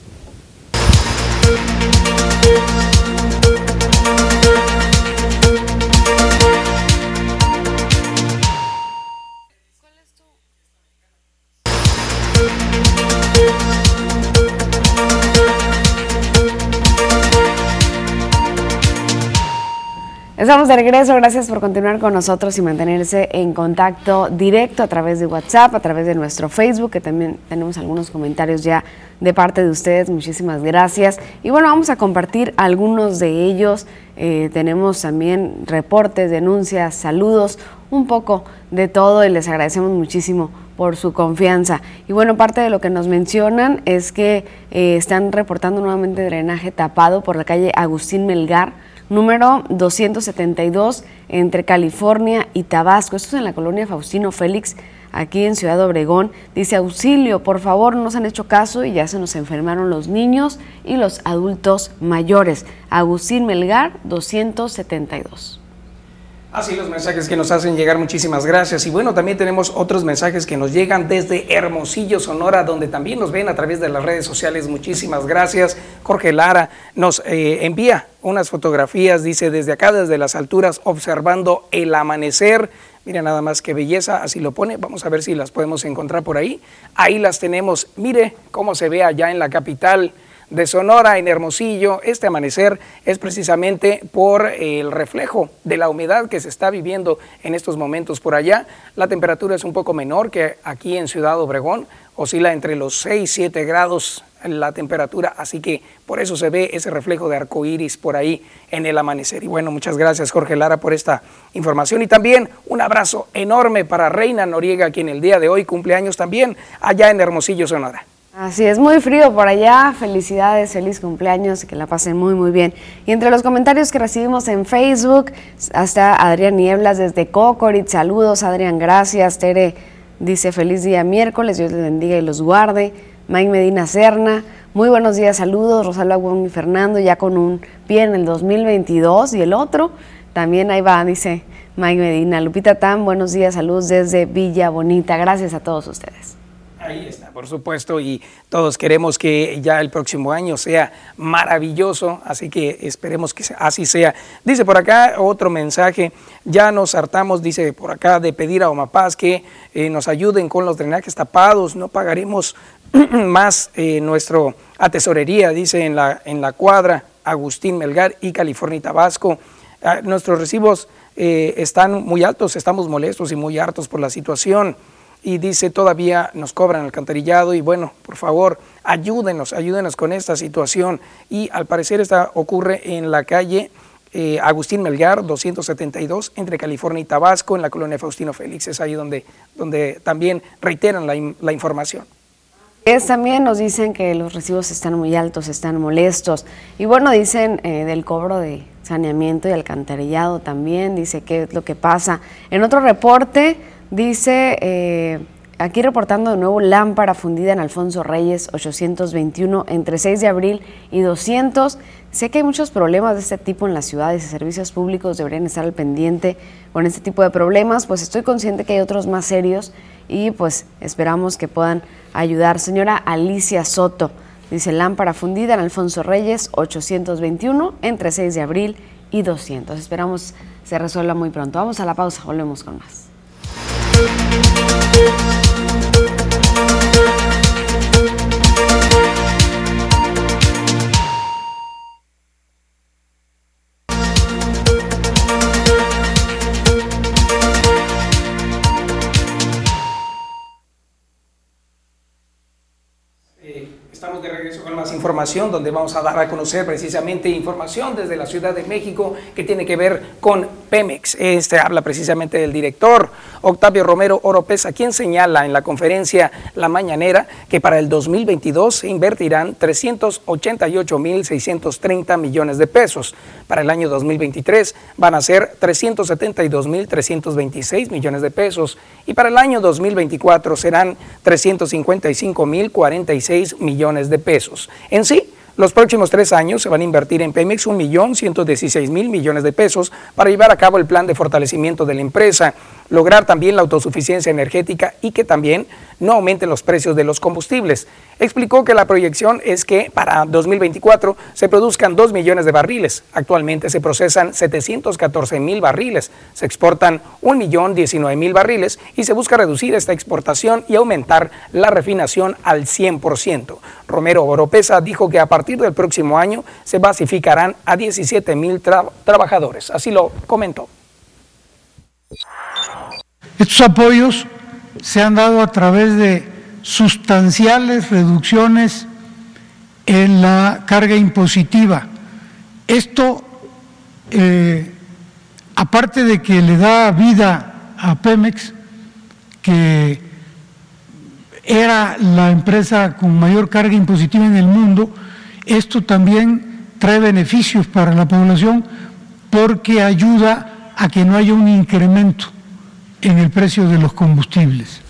Estamos de regreso, gracias por continuar con nosotros y mantenerse en contacto directo a través de WhatsApp, a través de nuestro Facebook, que también tenemos algunos comentarios ya de parte de ustedes, muchísimas gracias. Y bueno, vamos a compartir algunos de ellos, eh, tenemos también reportes, denuncias, saludos, un poco de todo y les agradecemos muchísimo por su confianza. Y bueno, parte de lo que nos mencionan es que eh, están reportando nuevamente drenaje tapado por la calle Agustín Melgar, número doscientos setenta y dos, entre California y Tabasco. Esto es en la colonia Faustino Félix, aquí en Ciudad Obregón. Dice: auxilio, por favor, no nos han hecho caso y ya se nos enfermaron los niños y los adultos mayores. Agustín Melgar, doscientos setenta y dos. Así los mensajes que nos hacen llegar, muchísimas gracias. Y bueno, también tenemos otros mensajes que nos llegan desde Hermosillo, Sonora, donde también nos ven a través de las redes sociales. Muchísimas gracias. Jorge Lara nos eh, envía unas fotografías, dice: desde acá, desde las alturas, observando el amanecer. Mira nada más qué belleza, así lo pone. Vamos a ver si las podemos encontrar por ahí. Ahí las tenemos. Mire cómo se ve allá en la capital de Sonora, en Hermosillo. Este amanecer es precisamente por el reflejo de la humedad que se está viviendo en estos momentos por allá. La temperatura es un poco menor que aquí en Ciudad Obregón, oscila entre los seis, siete grados la temperatura, así que por eso se ve ese reflejo de arco iris por ahí en el amanecer. Y bueno, muchas gracias, Jorge Lara, por esta información. Y también un abrazo enorme para Reina Noriega, quien el día de hoy cumple años también allá en Hermosillo, Sonora. Así es, muy frío por allá, felicidades, feliz cumpleaños y que la pasen muy muy bien. Y entre los comentarios que recibimos en Facebook, hasta Adrián Nieblas desde Cocorit, saludos Adrián, gracias. Tere dice: feliz día miércoles, Dios les bendiga y los guarde. Mike Medina Serna, muy buenos días, saludos. Rosalba Agüón y Fernando, ya con un pie en el dos mil veintidós y el otro, también ahí va, dice Mike Medina. Lupita Tam, buenos días, saludos desde Villa Bonita, gracias a todos ustedes. Ahí está, por supuesto, y todos queremos que ya el próximo año sea maravilloso, así que esperemos que así sea. Dice por acá otro mensaje: ya nos hartamos, dice por acá, de pedir a Omapaz que eh, nos ayuden con los drenajes tapados, no pagaremos más eh, nuestro a tesorería, dice en la, en la cuadra Agustín Melgar y California y Tabasco. Ah, nuestros recibos eh, están muy altos, estamos molestos y muy hartos por la situación. y dice todavía nos cobran alcantarillado y bueno, por favor, ayúdenos, ayúdenos con esta situación. Y al parecer esta ocurre en la calle eh, Agustín Melgar, doscientos setenta y dos, entre California y Tabasco, en la colonia Faustino Félix. Es ahí donde, donde también reiteran la, la información. Es, también nos dicen que los recibos están muy altos, están molestos. Y bueno, dicen eh, del cobro de saneamiento y alcantarillado también, dice qué es lo que pasa. En otro reporte dice, eh, aquí reportando de nuevo, lámpara fundida en Alfonso Reyes, ochocientos veintiuno, entre seis de abril y doscientos. Sé que hay muchos problemas de este tipo en las ciudades y servicios públicos deberían estar al pendiente con este tipo de problemas, pues estoy consciente que hay otros más serios y pues esperamos que puedan ayudar. Señora Alicia Soto, dice lámpara fundida en Alfonso Reyes, ochocientos veintiuno, entre seis de abril y doscientos. Esperamos se resuelva muy pronto. Vamos a la pausa, volvemos con más. Estamos de regreso con más información, donde vamos a dar a conocer precisamente información desde la Ciudad de México que tiene que ver con Pemex. Este habla precisamente del director Octavio Romero Oropesa, quien señala en la conferencia La Mañanera que para el dos mil veintidós se invertirán trescientos ochenta y ocho mil seiscientos treinta millones de pesos. Para el año dos mil veintitrés van a ser trescientos setenta y dos mil trescientos veintiséis millones de pesos y para el año dos mil veinticuatro serán trescientos cincuenta y cinco mil cuarenta y seis millones de pesos. En sí, los próximos tres años se van a invertir en Pemex un millón ciento dieciséis mil millones de pesos para llevar a cabo el plan de fortalecimiento de la empresa, lograr también la autosuficiencia energética y que también no aumenten los precios de los combustibles. Explicó que la proyección es que para dos mil veinticuatro se produzcan dos millones de barriles. Actualmente se procesan setecientos catorce mil barriles, se exportan un millón diecinueve mil barriles y se busca reducir esta exportación y aumentar la refinación al cien por ciento. Romero Oropesa dijo que a partir del próximo año se basificarán a diecisiete mil tra- trabajadores. Así lo comentó. Estos apoyos se han dado a través de sustanciales reducciones en la carga impositiva. Esto, eh, aparte de que le da vida a Pemex, que era la empresa con mayor carga impositiva en el mundo, esto también trae beneficios para la población porque ayuda a que no haya un incremento en el precio de los combustibles.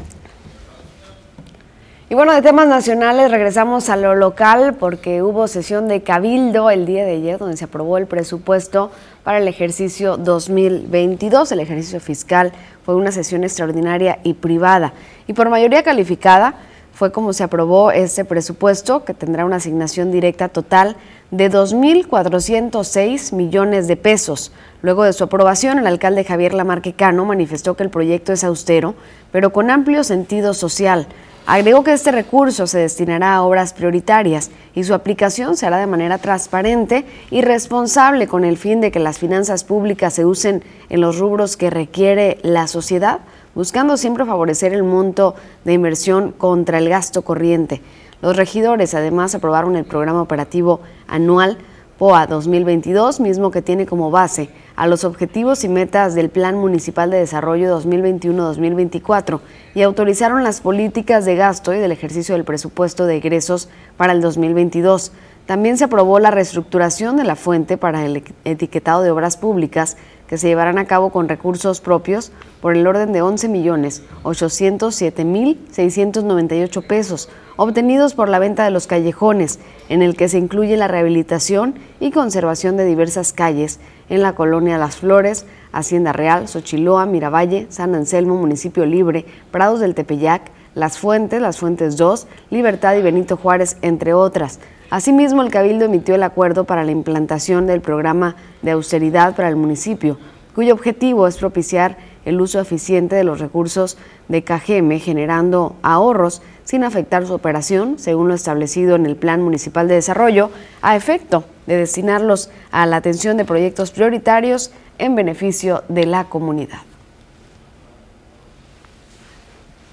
Y bueno, de temas nacionales regresamos a lo local porque hubo sesión de Cabildo el día de ayer donde se aprobó el presupuesto para el ejercicio dos mil veintidós. El ejercicio fiscal fue una sesión extraordinaria y privada y por mayoría calificada fue como se aprobó este presupuesto, que tendrá una asignación directa total de dos mil cuatrocientos seis millones de pesos. Luego de su aprobación, el alcalde Javier Lamarque Cano manifestó que el proyecto es austero, pero con amplio sentido social. Agregó que este recurso se destinará a obras prioritarias y su aplicación se hará de manera transparente y responsable con el fin de que las finanzas públicas se usen en los rubros que requiere la sociedad, buscando siempre favorecer el monto de inversión contra el gasto corriente. Los regidores además aprobaron el programa operativo anual P O A dos mil veintidós, mismo que tiene como base a los objetivos y metas del Plan Municipal de Desarrollo dos mil veintiuno a dos mil veinticuatro y autorizaron las políticas de gasto y del ejercicio del presupuesto de egresos para el dos mil veintidós. También se aprobó la reestructuración de la fuente para el etiquetado de obras públicas que se llevarán a cabo con recursos propios por el orden de once millones ochocientos siete mil seiscientos noventa y ocho pesos, obtenidos por la venta de los callejones, en el que se incluye la rehabilitación y conservación de diversas calles en la colonia Las Flores, Hacienda Real, Xochiloa, Miravalle, San Anselmo, Municipio Libre, Prados del Tepeyac, Las Fuentes, Las Fuentes dos, Libertad y Benito Juárez, entre otras. Asimismo, el Cabildo emitió el acuerdo para la implantación del programa de austeridad para el municipio, cuyo objetivo es propiciar el uso eficiente de los recursos de Cajeme, generando ahorros sin afectar su operación, según lo establecido en el Plan Municipal de Desarrollo, a efecto de destinarlos a la atención de proyectos prioritarios en beneficio de la comunidad.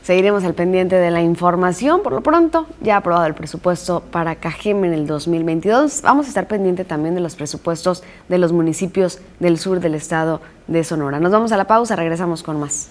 Seguiremos al pendiente de la información. Por lo pronto, ya ha aprobado el presupuesto para Cajeme en el dos mil veintidós. Vamos a estar pendiente también de los presupuestos de los municipios del sur del estado de Sonora. Nos vamos a la pausa, regresamos con más.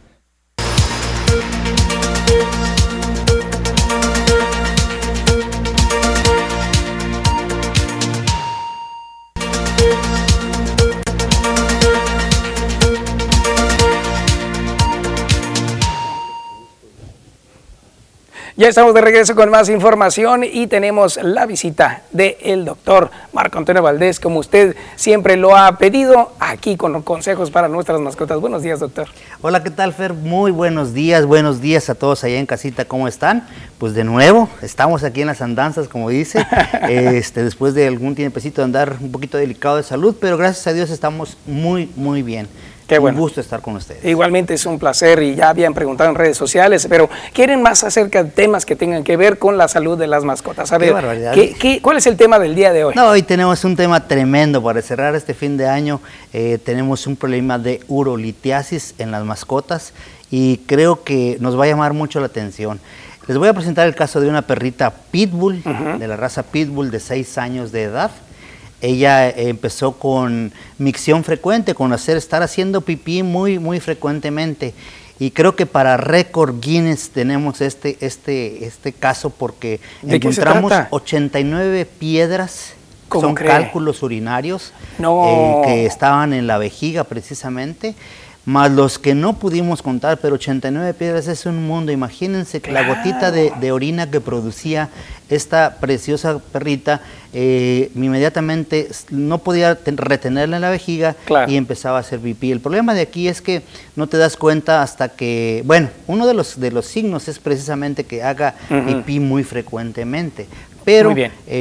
Ya estamos de regreso con más información y tenemos la visita del doctor Marco Antonio Valdés, como usted siempre lo ha pedido, aquí con consejos para nuestras mascotas. Buenos días, doctor. Hola, ¿qué tal, Fer? Muy buenos días, buenos días a todos allá en casita, ¿cómo están? Pues de nuevo, estamos aquí en las andanzas, como dice, este, después de algún tiempecito de andar un poquito delicado de salud, pero gracias a Dios estamos muy, muy bien. Qué bueno. Un gusto estar con ustedes. Igualmente es un placer y ya habían preguntado en redes sociales, pero quieren más acerca de temas que tengan que ver con la salud de las mascotas. A ver, qué barbaridad. ¿qué, qué, ¿cuál es el tema del día de hoy? No, hoy tenemos un tema tremendo para cerrar este fin de año. Eh, tenemos un problema de urolitiasis en las mascotas y creo que nos va a llamar mucho la atención. Les voy a presentar el caso de una perrita pitbull, uh-huh. de la raza pitbull de seis años de edad. Ella empezó con micción frecuente, con hacer, estar haciendo pipí muy, muy frecuentemente. Y creo que para récord Guinness tenemos este, este, este caso porque encontramos ochenta y nueve piedras, son cree? cálculos urinarios no. eh, que estaban en la vejiga precisamente, más los que no pudimos contar, pero ochenta y nueve piedras es un mundo. Imagínense que claro. la gotita de, de orina que producía esta preciosa perrita, eh, inmediatamente no podía retenerla en la vejiga claro. y empezaba a hacer pipí. El problema de aquí es que no te das cuenta hasta que, bueno, uno de los, de los signos es precisamente que haga uh-huh. pipí muy frecuentemente. Pero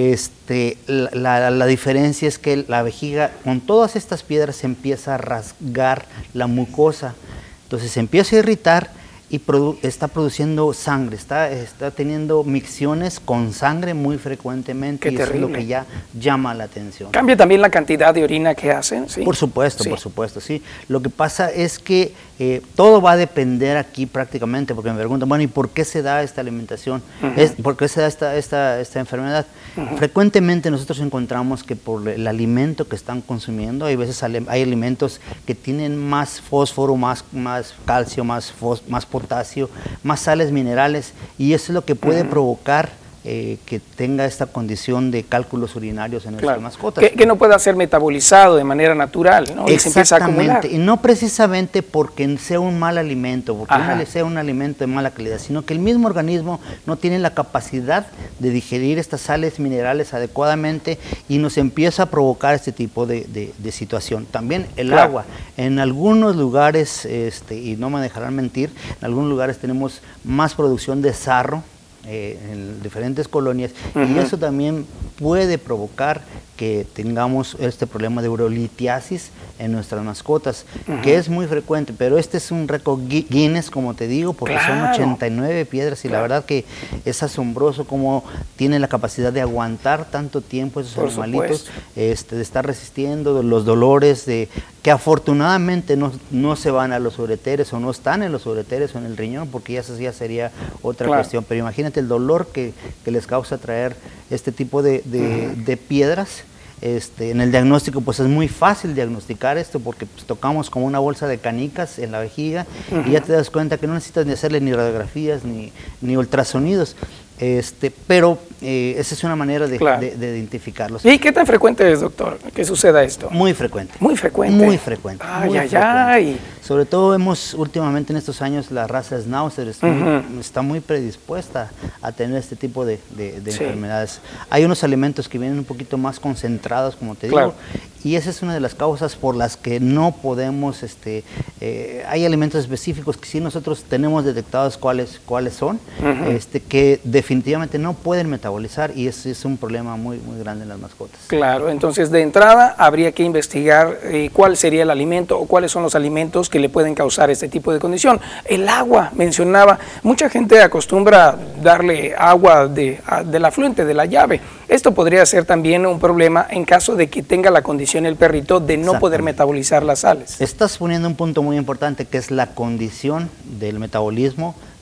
este, la, la, la diferencia es que la vejiga, con todas estas piedras, se empieza a rasgar la mucosa. Entonces se empieza a irritar y produ está produciendo sangre, está, está teniendo micciones con sangre muy frecuentemente. Qué y terrible. Eso es lo que ya llama la atención. ¿Cambia también la cantidad de orina que hacen? ¿Sí? Por supuesto, sí. por supuesto, sí. Lo que pasa es que eh, todo va a depender aquí prácticamente, porque me preguntan, bueno, ¿y por qué se da esta alimentación? Uh-huh. es, ¿Por qué se da esta, esta, esta enfermedad? Uh-huh. Frecuentemente nosotros encontramos que por el alimento que están consumiendo, hay veces hay alimentos que tienen más fósforo, más, más calcio, más, fos, más potasio, más sales minerales, y eso es lo que puede uh-huh. provocar eh, que tenga esta condición de cálculos urinarios en nuestras claro. mascotas. Que, que no pueda ser metabolizado de manera natural, ¿no? Y se empieza a acumular. Y no precisamente porque sea un mal alimento, porque no sea un alimento de mala calidad, sino que el mismo organismo no tiene la capacidad de digerir estas sales minerales adecuadamente y nos empieza a provocar este tipo de, de, de situación. También el claro. agua. En algunos lugares, este, y no me dejarán mentir, en algunos lugares tenemos más producción de sarro, Eh, en diferentes colonias, uh-huh. y eso también puede provocar que tengamos este problema de urolitiasis en nuestras mascotas, uh-huh. que es muy frecuente, pero este es un récord Guinness, como te digo, porque claro. son ochenta y nueve piedras y claro. la verdad que es asombroso cómo tienen la capacidad de aguantar tanto tiempo esos Por animalitos, este, de estar resistiendo los dolores, de que afortunadamente no, no se van a los ureteres o no están en los ureteres o en el riñón, porque ya, eso ya sería otra claro. cuestión, pero imagínate el dolor que, que les causa traer este tipo de, de, uh-huh. de piedras. Este, en el diagnóstico pues es muy fácil diagnosticar esto porque pues, tocamos como una bolsa de canicas en la vejiga uh-huh. y ya te das cuenta que no necesitas ni hacerle ni radiografías ni, ni ultrasonidos. Este, pero eh, esa es una manera de, claro. de, de identificarlos. ¿Y qué tan frecuente es, doctor, que suceda esto? Muy frecuente. Muy frecuente. Muy frecuente. Ay, muy ay, frecuente. ay. Sobre todo hemos últimamente en estos años la raza Schnauzer está, uh-huh. muy, está muy predispuesta a tener este tipo de, de, de sí. enfermedades. Hay unos alimentos que vienen un poquito más concentrados, como te claro. digo, y esa es una de las causas por las que no podemos, este, eh, hay alimentos específicos que sí nosotros tenemos detectados cuáles, cuáles son, uh-huh. este, que definitivamente no pueden metabolizar y ese es un problema muy, muy grande en las mascotas. Claro, entonces de entrada habría que investigar eh, cuál sería el alimento o cuáles son los alimentos que le pueden causar este tipo de condición. El agua, mencionaba, mucha gente acostumbra darle agua de, del afluente, de la llave. Esto podría ser también un problema en caso de que tenga la condición el perrito de no poder metabolizar las sales. Estás poniendo un punto muy importante que es la condición del metabolismo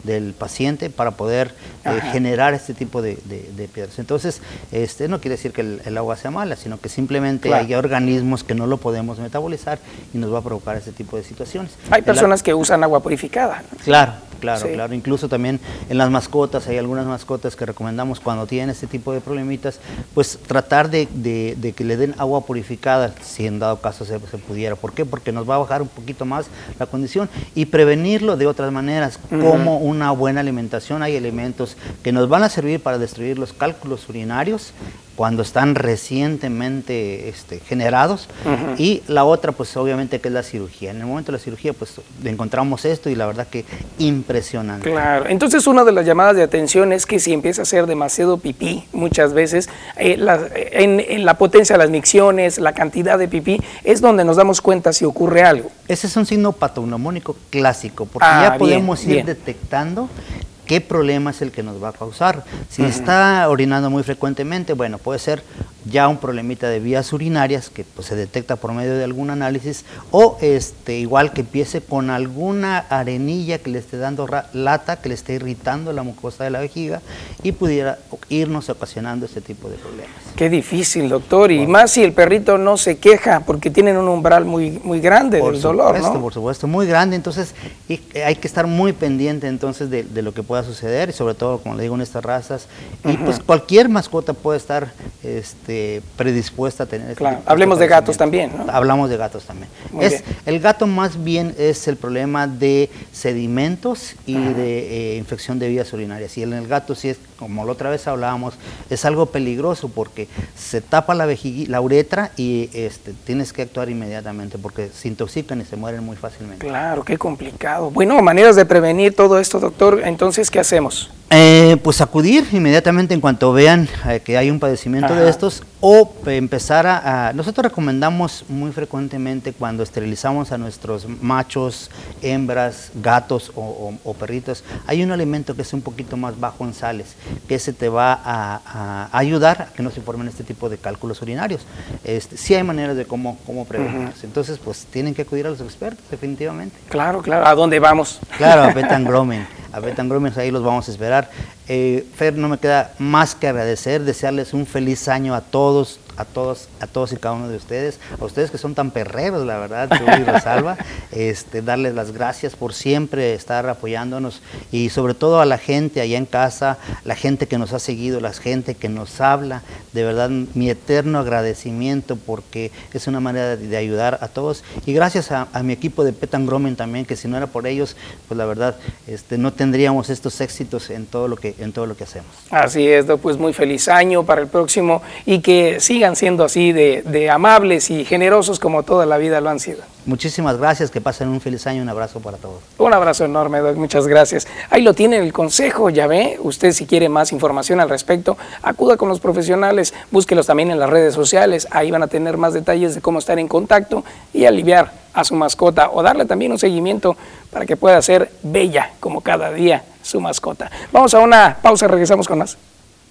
del paciente para poder eh, generar este tipo de, de, de piedras. Entonces, este no quiere decir que el, el agua sea mala, sino que simplemente claro. hay organismos que no lo podemos metabolizar y nos va a provocar este tipo de situaciones. Hay personas el, que usan agua purificada, ¿no? Claro, claro, sí. claro. Incluso también en las mascotas, hay algunas mascotas que recomendamos cuando tienen este tipo de problemitas, pues tratar de, de, de que le den agua purificada, si en dado caso se, se pudiera. ¿Por qué? Porque nos va a bajar un poquito más la condición y prevenirlo de otras maneras, uh-huh. como una buena alimentación. Hay elementos que nos van a servir para destruir los cálculos urinarios cuando están recientemente este, generados, uh-huh. y la otra pues obviamente que es la cirugía. En el momento de la cirugía pues encontramos esto y la verdad que impresionante. Claro, entonces una de las llamadas de atención es que si empieza a hacer demasiado pipí muchas veces, eh, la, en, en la potencia de las micciones, la cantidad de pipí, es donde nos damos cuenta si ocurre algo. Ese es un signo patognomónico clásico, porque ah, ya podemos bien, ir bien. detectando qué problema es el que nos va a causar. Si uh-huh. está orinando muy frecuentemente, bueno, puede ser ya un problemita de vías urinarias que pues, se detecta por medio de algún análisis, o este igual que empiece con alguna arenilla que le esté dando lata, que le esté irritando la mucosa de la vejiga y pudiera irnos ocasionando este tipo de problemas. Qué difícil, doctor, y bueno. más si el perrito no se queja porque tienen un umbral muy, muy grande por del supuesto, dolor, ¿no? Por supuesto, muy grande, entonces y hay que estar muy pendiente entonces de, de lo que pueda suceder, y sobre todo, como le digo, en estas razas, uh-huh. y pues cualquier mascota puede estar este, predispuesta a tener. Claro, este hablemos de gatos también, ¿no? Hablamos de gatos también. Es, el gato más bien es el problema de sedimentos y uh-huh. de eh, infección de vías urinarias, y en el gato sí es, como la otra vez hablábamos, es algo peligroso porque se tapa la vejiga, la uretra, y este, tienes que actuar inmediatamente porque se intoxican y se mueren muy fácilmente. Claro, qué complicado. Bueno, maneras de prevenir todo esto, doctor, entonces, ¿qué hacemos? Eh, pues acudir inmediatamente en cuanto vean eh, que hay un padecimiento Ajá. de estos, o empezar a, a... Nosotros recomendamos muy frecuentemente cuando esterilizamos a nuestros machos, hembras, gatos o, o, o perritos, hay un alimento que es un poquito más bajo en sales, que ese te va a, a ayudar a que no se formen este tipo de cálculos urinarios. Este, sí hay maneras de cómo, cómo prevenirlos. Uh-huh. Entonces, pues tienen que acudir a los expertos, definitivamente. Claro, claro. ¿A dónde vamos? Claro, a Betangromen. A Betangromen, ahí los vamos a esperar. Eh, Fer, no me queda más que agradecer, desearles un feliz año a todos, a todos, a todos y cada uno de ustedes, a ustedes que son tan perreros, la verdad, tú y Rosalba, este, darles las gracias por siempre estar apoyándonos, y sobre todo a la gente allá en casa, la gente que nos ha seguido, la gente que nos habla, de verdad mi eterno agradecimiento, porque es una manera de, de ayudar a todos, y gracias a, a mi equipo de Betangromen también, que si no era por ellos, pues la verdad este, no tendríamos estos éxitos en todo lo que en todo lo que hacemos. Así es, pues muy feliz año para el próximo, y que sigan siendo así de, de amables y generosos como toda la vida lo han sido. Muchísimas gracias, que pasen un feliz año, un abrazo para todos. Un abrazo enorme, Doc, muchas gracias. Ahí lo tienen el consejo, ya ve, usted si quiere más información al respecto, acuda con los profesionales, búsquelos también en las redes sociales, ahí van a tener más detalles de cómo estar en contacto y aliviar a su mascota, o darle también un seguimiento para que pueda ser bella como cada día su mascota. Vamos a una pausa, regresamos con más.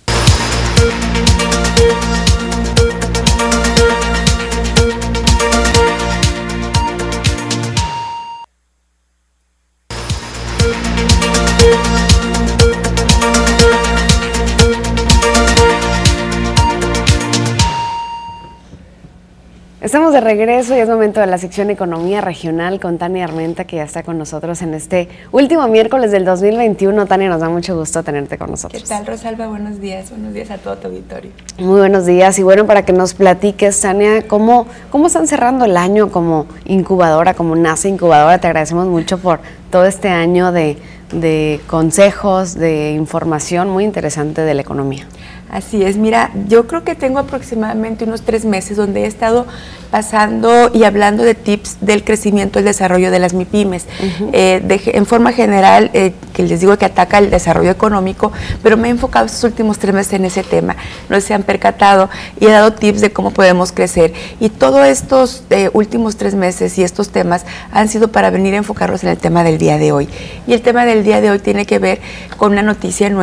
Estamos de regreso y es momento de la sección Economía Regional con Tania Armenta, que ya está con nosotros en este último miércoles del dos mil veintiuno. Tania, nos da mucho gusto tenerte con nosotros. ¿Qué tal, Rosalba? Buenos días, buenos días a todo tu auditorio. Muy buenos días, y bueno, para que nos platiques, Tania, ¿cómo, cómo están cerrando el año como incubadora, como nace incubadora? Te agradecemos mucho por todo este año de, de consejos, de información muy interesante de la economía. Así es, mira, yo creo que tengo aproximadamente unos tres meses donde he estado pasando y hablando de tips del crecimiento y el desarrollo de las MIPYMES. Uh-huh. eh, de, en forma general, eh, que les digo que ataca el desarrollo económico, pero me he enfocado estos últimos tres meses en ese tema. No se han percatado y he dado tips de cómo podemos crecer. Y todos estos eh, últimos tres meses y estos temas han sido para venir a enfocarlos en el tema del día de hoy. Y el tema del día de hoy tiene que ver con una noticia nueva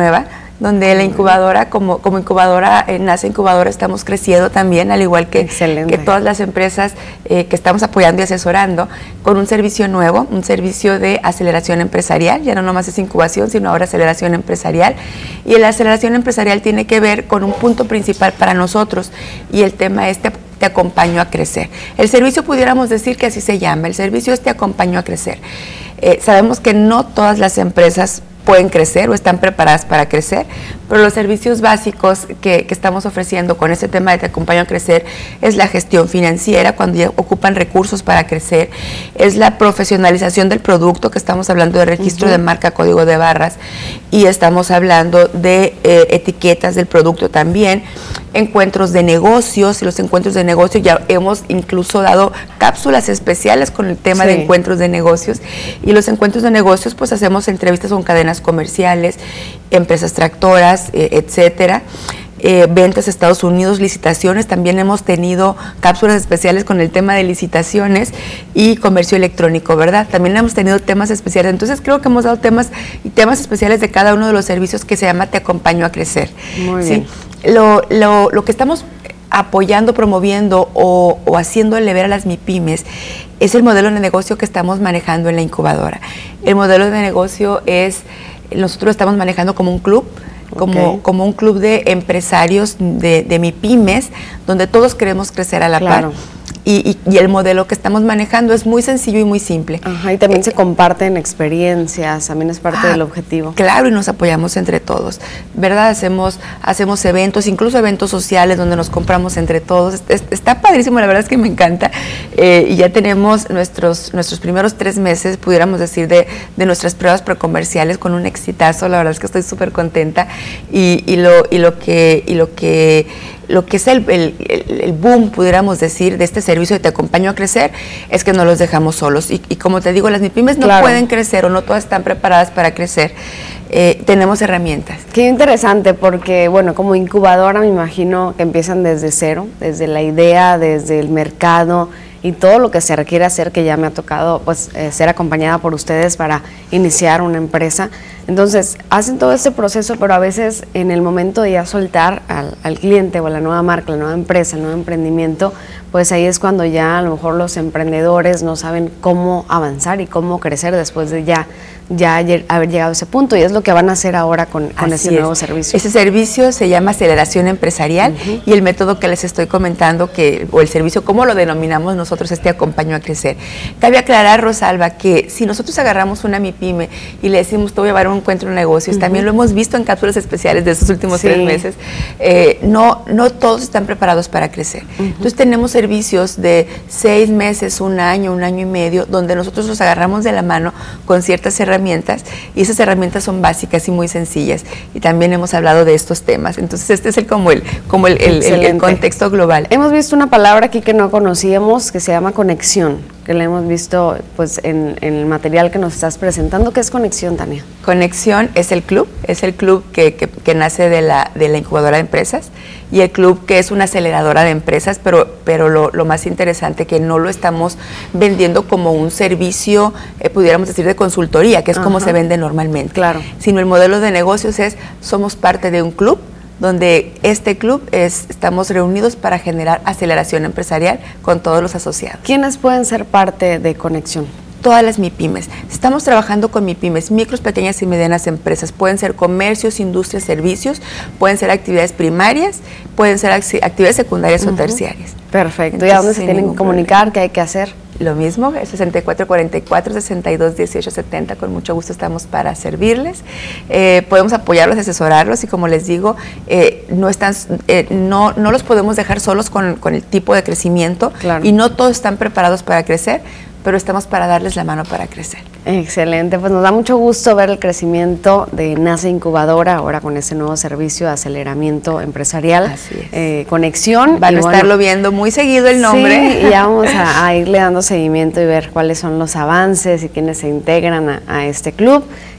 donde la incubadora, como, como incubadora, eh, Nace Incubadora, estamos creciendo también, al igual que, que todas las empresas eh, que estamos apoyando y asesorando, con un servicio nuevo, un servicio de aceleración empresarial. Ya no nomás es incubación, sino ahora aceleración empresarial. Y la aceleración empresarial tiene que ver con un punto principal para nosotros, y el tema es te, te acompaño a crecer. El servicio pudiéramos decir que así se llama, el servicio es te acompaño a crecer. Eh, sabemos que no todas las empresas pueden crecer o están preparadas para crecer, pero los servicios básicos que, que estamos ofreciendo con este tema de Te Acompaño a Crecer es la gestión financiera, cuando ya ocupan recursos para crecer, es la profesionalización del producto, que estamos hablando de registro uh-huh. de marca, código de barras, y estamos hablando de eh, etiquetas del producto también, encuentros de negocios, y los encuentros de negocios ya hemos incluso dado cápsulas especiales con el tema sí. de encuentros de negocios, y los encuentros de negocios pues hacemos entrevistas con cadenas comerciales, empresas tractoras, eh, etcétera. Eh, ventas a Estados Unidos, licitaciones, también hemos tenido cápsulas especiales con el tema de licitaciones y comercio electrónico, ¿verdad? También hemos tenido temas especiales, entonces creo que hemos dado temas y temas especiales de cada uno de los servicios que se llama Te Acompaño a Crecer. Muy ¿sí? bien. Lo, lo, lo que estamos apoyando, promoviendo o, o haciéndole ver a las MIPYMES es el modelo de negocio que estamos manejando en la incubadora. El modelo de negocio es, nosotros lo estamos manejando como un club, como, okay. como un club de empresarios de, de MIPYMES, donde todos queremos crecer a la claro. par. Y, y, y el modelo que estamos manejando es muy sencillo y muy simple. Ajá, y también eh, se comparten experiencias, también es parte ah, del objetivo. Claro, y nos apoyamos entre todos, ¿verdad? Hacemos, hacemos eventos, incluso eventos sociales donde nos compramos entre todos. Es, está padrísimo, la verdad es que me encanta. Eh, y ya tenemos nuestros, nuestros primeros tres meses, pudiéramos decir, de, de nuestras pruebas precomerciales con un exitazo. La verdad es que estoy súper contenta. Y, y, lo, y lo que... Y lo que Lo que es el, el, el boom, pudiéramos decir, de este servicio de Te Acompaño a Crecer, es que no los dejamos solos. Y, y como te digo, las MIPYMES no claro. pueden crecer o no todas están preparadas para crecer. Eh, tenemos herramientas. Qué interesante, porque, bueno, como incubadora me imagino que empiezan desde cero, desde la idea, desde el mercado y todo lo que se requiere hacer, que ya me ha tocado pues eh, ser acompañada por ustedes para iniciar una empresa. Entonces, hacen todo este proceso, pero a veces en el momento de ya soltar al, al cliente o a la nueva marca, la nueva empresa, el nuevo emprendimiento, pues ahí es cuando ya a lo mejor los emprendedores no saben cómo avanzar y cómo crecer después de ya, ya haber llegado a ese punto, y es lo que van a hacer ahora con, con ese nuevo servicio. Ese servicio se llama aceleración empresarial uh-huh. y el método que les estoy comentando, que o el servicio, ¿cómo lo denominamos nosotros? Es Te Acompaño a Crecer. Cabe aclarar, Rosalba, que si nosotros agarramos una MIPYME y le decimos, te voy a llevar un encuentro de negocios, uh-huh. también lo hemos visto en cápsulas especiales de estos últimos sí. tres meses, eh, no, no todos están preparados para crecer. Uh-huh. Entonces tenemos servicios de seis meses, un año, un año y medio, donde nosotros los agarramos de la mano con ciertas herramientas, y esas herramientas son básicas y muy sencillas, y también hemos hablado de estos temas. Entonces este es el como el, como el, el, el, el contexto global. Hemos visto una palabra aquí que no conocíamos, que se llama conexión, que la hemos visto pues en, en el material que nos estás presentando. ¿Qué es Conexión, Tania? Conexión es el club, es el club que, que, que nace de la, de la incubadora de empresas, y el club que es una aceleradora de empresas, pero, pero lo, lo más interesante que no lo estamos vendiendo como un servicio, eh, pudiéramos decir, de consultoría, que es Ajá. como se vende normalmente, claro. sino el modelo de negocios es, somos parte de un club, donde este club es, estamos reunidos para generar aceleración empresarial con todos los asociados. ¿Quiénes pueden ser parte de Conexión? Todas las MIPYMES. Estamos trabajando con MIPYMES, micros, pequeñas y medianas empresas. Pueden ser comercios, industrias, servicios, pueden ser actividades primarias, pueden ser actividades secundarias uh-huh. o terciarias. Perfecto. Entonces, ¿y a dónde se tienen que comunicar? Problema. ¿Qué hay que hacer? Lo mismo, sesenta y cuatro cuarenta y cuatro, sesenta y dos dieciocho setenta, con mucho gusto estamos para servirles. Eh, podemos apoyarlos, asesorarlos, y como les digo, eh, no, están, eh, no, no los podemos dejar solos con, con el tipo de crecimiento, claro. y no todos están preparados para crecer, pero estamos para darles la mano para crecer. Excelente, pues nos da mucho gusto ver el crecimiento de Nace Incubadora, ahora con ese nuevo servicio de aceleramiento empresarial. Así es. Eh, Conexión. Van a bueno, estarlo viendo muy seguido el nombre. Sí, y ya vamos a, a irle dando seguimiento y ver cuáles son los avances y quiénes se integran a, a este club,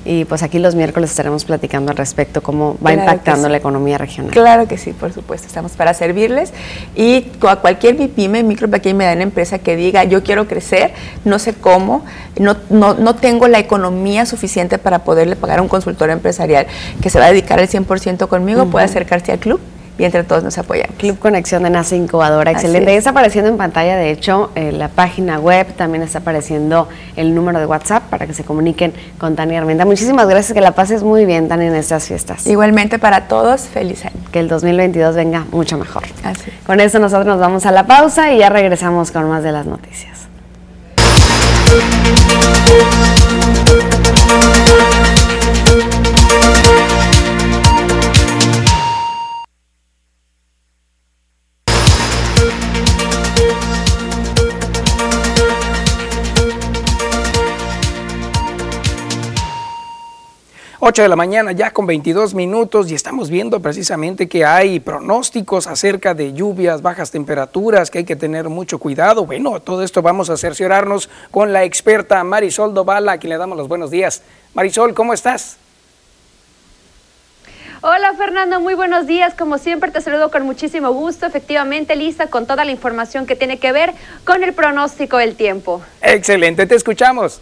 y pues aquí los miércoles estaremos platicando al respecto cómo va Claro impactando sí. la economía regional. Claro que sí, por supuesto, estamos para servirles y a cualquier MIPYME, micro, pequeña y mediana empresa que diga yo quiero crecer, no sé cómo, no, no, no tengo la economía suficiente para poderle pagar a un consultor empresarial que se va a dedicar al cien por ciento conmigo, uh-huh. puede acercarse al club y entre todos nos apoyamos. Club Conexión de Nasa Incubadora, excelente. Ahí está apareciendo en pantalla, de hecho, eh, la página web, también está apareciendo el número de WhatsApp para que se comuniquen con Tania Armenta. Muchísimas gracias, que la pases muy bien, Tania, en estas fiestas. Igualmente para todos, feliz año. Que el dos mil veintidós venga mucho mejor. Así. Con eso nosotros nos vamos a la pausa y ya regresamos con más de las noticias. ocho de la mañana ya con veintidós minutos y estamos viendo precisamente que hay pronósticos acerca de lluvias, bajas temperaturas, que hay que tener mucho cuidado. Bueno, todo esto vamos a cerciorarnos con la experta Marisol Dovala, a quien le damos los buenos días. Marisol, ¿cómo estás? Hola Fernando, muy buenos días. Como siempre te saludo con muchísimo gusto, efectivamente lista con toda la información que tiene que ver con el pronóstico del tiempo. Excelente, te escuchamos.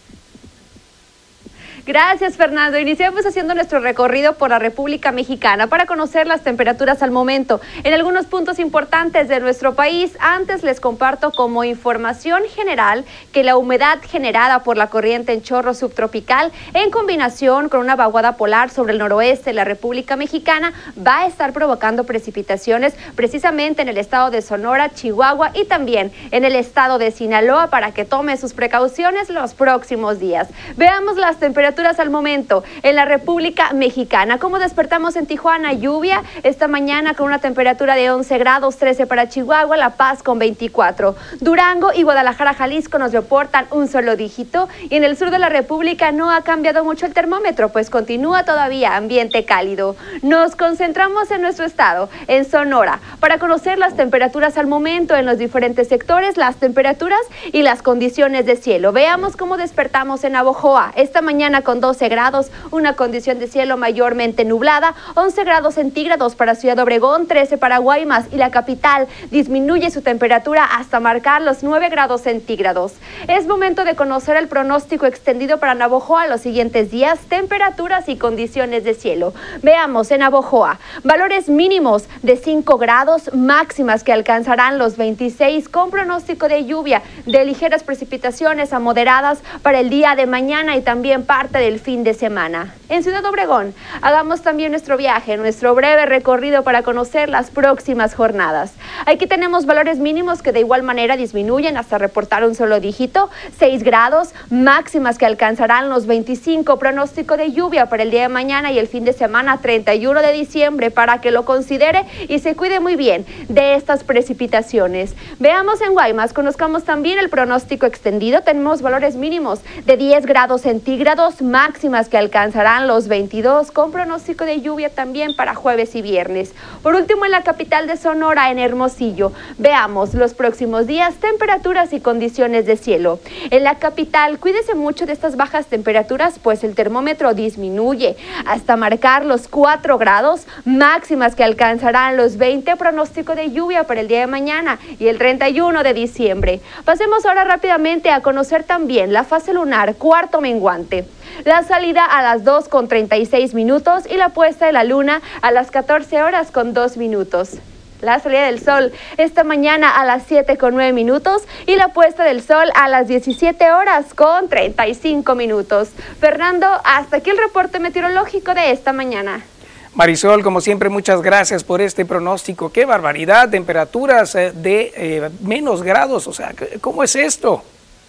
Gracias, Fernando. Iniciamos haciendo nuestro recorrido por la República Mexicana para conocer las temperaturas al momento en algunos puntos importantes de nuestro país. Antes les comparto como información general que la humedad generada por la corriente en chorro subtropical en combinación con una vaguada polar sobre el noroeste de la República Mexicana va a estar provocando precipitaciones precisamente en el estado de Sonora, Chihuahua y también en el estado de Sinaloa, para que tome sus precauciones los próximos días. Veamos las temperaturas al momento en la República Mexicana. Como despertamos en Tijuana, lluvia esta mañana con una temperatura de once grados, trece para Chihuahua, La Paz con veinticuatro. Durango y Guadalajara, Jalisco nos reportan un solo dígito y en el sur de la República no ha cambiado mucho el termómetro, pues continúa todavía ambiente cálido. Nos concentramos en nuestro estado, en Sonora, para conocer las temperaturas al momento en los diferentes sectores, las temperaturas y las condiciones de cielo. Veamos cómo despertamos en Navojoa esta mañana con doce grados, una condición de cielo mayormente nublada, once grados centígrados para Ciudad Obregón, trece para Guaymas y la capital disminuye su temperatura hasta marcar los nueve grados centígrados. Es momento de conocer el pronóstico extendido para Navojoa los siguientes días, temperaturas y condiciones de cielo. Veamos en Navojoa, valores mínimos de cinco grados, máximas que alcanzarán los veintiséis con pronóstico de lluvia de ligeras precipitaciones a moderadas para el día de mañana y también parte del fin de semana. En Ciudad Obregón, hagamos también nuestro viaje, nuestro breve recorrido para conocer las próximas jornadas. Aquí tenemos valores mínimos que de igual manera disminuyen hasta reportar un solo dígito, seis grados, máximas que alcanzarán los veinticinco, pronóstico de lluvia para el día de mañana y el fin de semana treinta y uno de diciembre, para que lo considere y se cuide muy bien de estas precipitaciones. Veamos en Guaymas, conozcamos también el pronóstico extendido. Tenemos valores mínimos de diez grados centígrados, máximas que alcanzarán los veintidós con pronóstico de lluvia también para jueves y viernes. Por último, en la capital de Sonora, en Hermosillo, veamos los próximos días, temperaturas y condiciones de cielo. En la capital, cuídese mucho de estas bajas temperaturas, pues el termómetro disminuye hasta marcar los cuatro grados, máximas que alcanzarán los veinte, pronóstico de lluvia para el día de mañana y el treinta y uno de diciembre. Pasemos ahora rápidamente a conocer también la fase lunar, cuarto menguante. La salida a las dos con treinta y seis minutos y la puesta de la luna a las catorce horas con dos minutos. La salida del sol esta mañana a las siete con nueve minutos y la puesta del sol a las diecisiete horas con treinta y cinco minutos. Fernando, hasta aquí el reporte meteorológico de esta mañana. Marisol, como siempre, muchas gracias por este pronóstico. ¡Qué barbaridad! Temperaturas de eh, menos grados, o sea, ¿cómo es esto?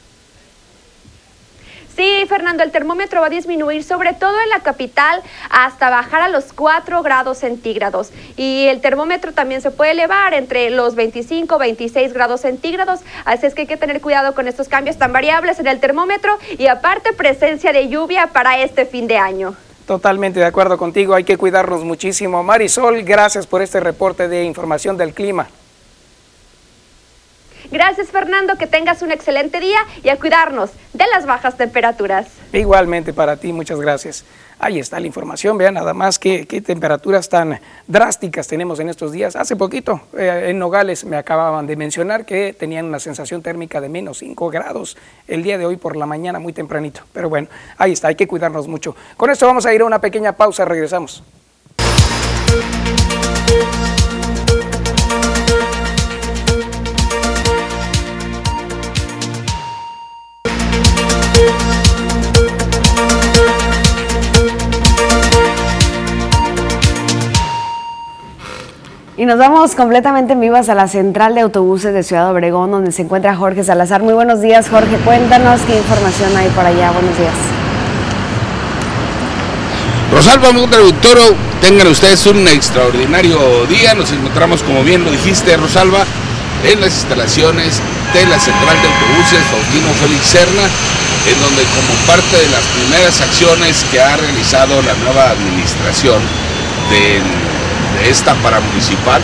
Sí, Fernando, el termómetro va a disminuir, sobre todo en la capital, hasta bajar a los cuatro grados centígrados. Y el termómetro también se puede elevar entre los veinticinco, veintiséis grados centígrados. Así es que hay que tener cuidado con estos cambios tan variables en el termómetro y aparte presencia de lluvia para este fin de año. Totalmente de acuerdo contigo, hay que cuidarnos muchísimo. Marisol, gracias por este reporte de información del clima. Gracias, Fernando, que tengas un excelente día y a cuidarnos de las bajas temperaturas. Igualmente para ti, muchas gracias. Ahí está la información, vean nada más qué, qué temperaturas tan drásticas tenemos en estos días. Hace poquito eh, en Nogales me acababan de mencionar que tenían una sensación térmica de menos cinco grados el día de hoy por la mañana muy tempranito. Pero bueno, ahí está, hay que cuidarnos mucho. Con esto vamos a ir a una pequeña pausa, regresamos. Y nos vamos completamente en vivas a la central de autobuses de Ciudad Obregón, donde se encuentra Jorge Salazar. Muy buenos días, Jorge. Cuéntanos qué información hay por allá. Buenos días. Rosalba, amigo del auditorio, tengan ustedes un extraordinario día. Nos encontramos, como bien lo dijiste, Rosalba, en las instalaciones de la central de autobuses Faustino Félix Serna, en donde como parte de las primeras acciones que ha realizado la nueva administración de... de esta paramunicipal,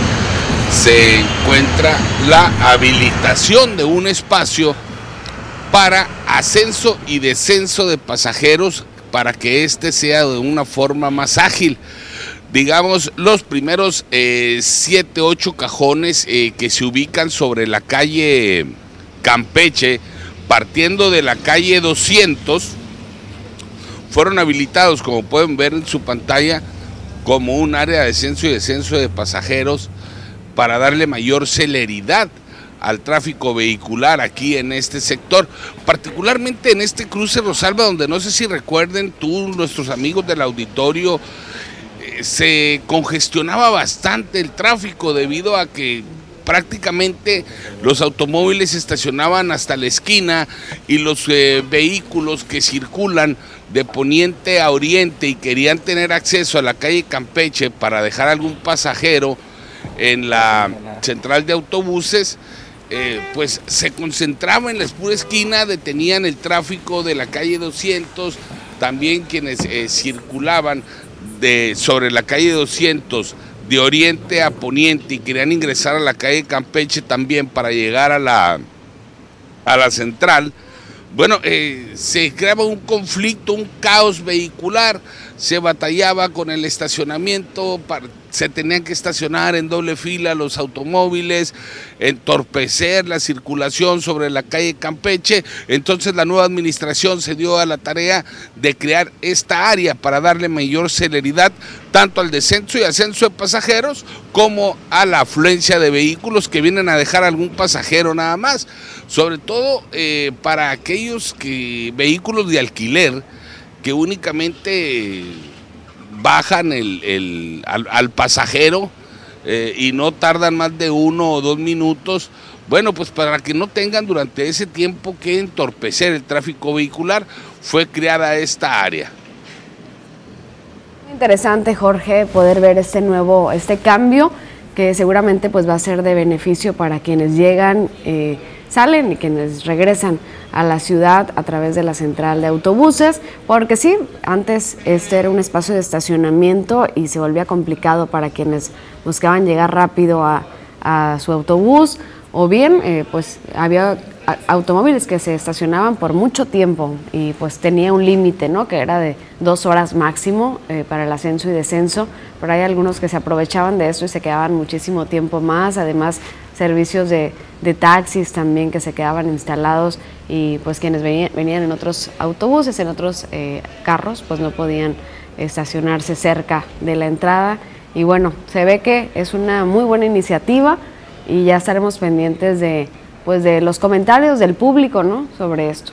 se encuentra la habilitación de un espacio para ascenso y descenso de pasajeros para que este sea de una forma más ágil. Digamos, los primeros eh, siete, ocho cajones eh, que se ubican sobre la calle Campeche, partiendo de la calle doscientos, fueron habilitados, como pueden ver en su pantalla, como un área de ascenso y descenso de pasajeros para darle mayor celeridad al tráfico vehicular aquí en este sector, particularmente en este cruce, Rosalba, donde no sé si recuerden tú, nuestros amigos del auditorio, eh, se congestionaba bastante el tráfico debido a que prácticamente los automóviles estacionaban hasta la esquina y los eh, vehículos que circulan de poniente a oriente y querían tener acceso a la calle Campeche para dejar algún pasajero en la central de autobuses, eh, pues se concentraba en la pura esquina, detenían el tráfico de la calle doscientos, también quienes eh, circulaban de, sobre la calle doscientos de oriente a poniente y querían ingresar a la calle Campeche también para llegar a la, a la central. Bueno, eh, se creaba un conflicto, un caos vehicular, se batallaba con el estacionamiento, para, se tenían que estacionar en doble fila los automóviles, entorpecer la circulación sobre la calle Campeche. Entonces la nueva administración se dio a la tarea de crear esta área para darle mayor celeridad tanto al descenso y ascenso de pasajeros como a la afluencia de vehículos que vienen a dejar algún pasajero nada más, sobre todo eh, para aquellos que, vehículos de alquiler que únicamente bajan el, el, al, al pasajero eh, y no tardan más de uno o dos minutos. Bueno, pues para que no tengan durante ese tiempo que entorpecer el tráfico vehicular, fue creada esta área. Muy interesante, Jorge, poder ver este nuevo, este cambio que seguramente pues va a ser de beneficio para quienes llegan, eh, salen y quienes regresan a la ciudad a través de la central de autobuses, porque sí, antes este era un espacio de estacionamiento y se volvía complicado para quienes buscaban llegar rápido a, a su autobús, o bien eh, pues había automóviles que se estacionaban por mucho tiempo y pues tenía un límite, ¿no?, que era de dos horas máximo eh, para el ascenso y descenso, pero hay algunos que se aprovechaban de eso y se quedaban muchísimo tiempo más, además servicios de, de taxis también que se quedaban instalados y pues quienes venían, venían en otros autobuses, en otros eh, carros, pues no podían estacionarse cerca de la entrada. Y bueno, se ve que es una muy buena iniciativa y ya estaremos pendientes de, pues de los comentarios del público, ¿no?, sobre esto.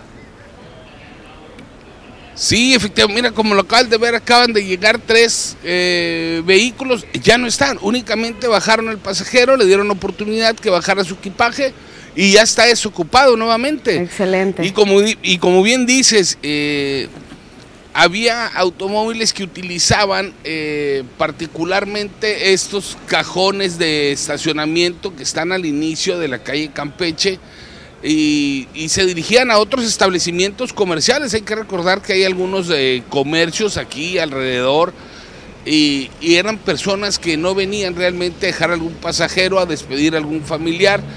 Sí, efectivamente, mira, como lo acaban de ver, acaban de llegar tres eh, vehículos, ya no están, únicamente bajaron el pasajero, le dieron oportunidad que bajara su equipaje y ya está desocupado nuevamente. Excelente. Y como, y como bien dices, eh, había automóviles que utilizaban eh, particularmente estos cajones de estacionamiento que están al inicio de la calle Campeche, Y, y se dirigían a otros establecimientos comerciales. Hay que recordar que hay algunos eh, comercios aquí alrededor y, y eran personas que no venían realmente a dejar algún pasajero, a despedir a algún familiar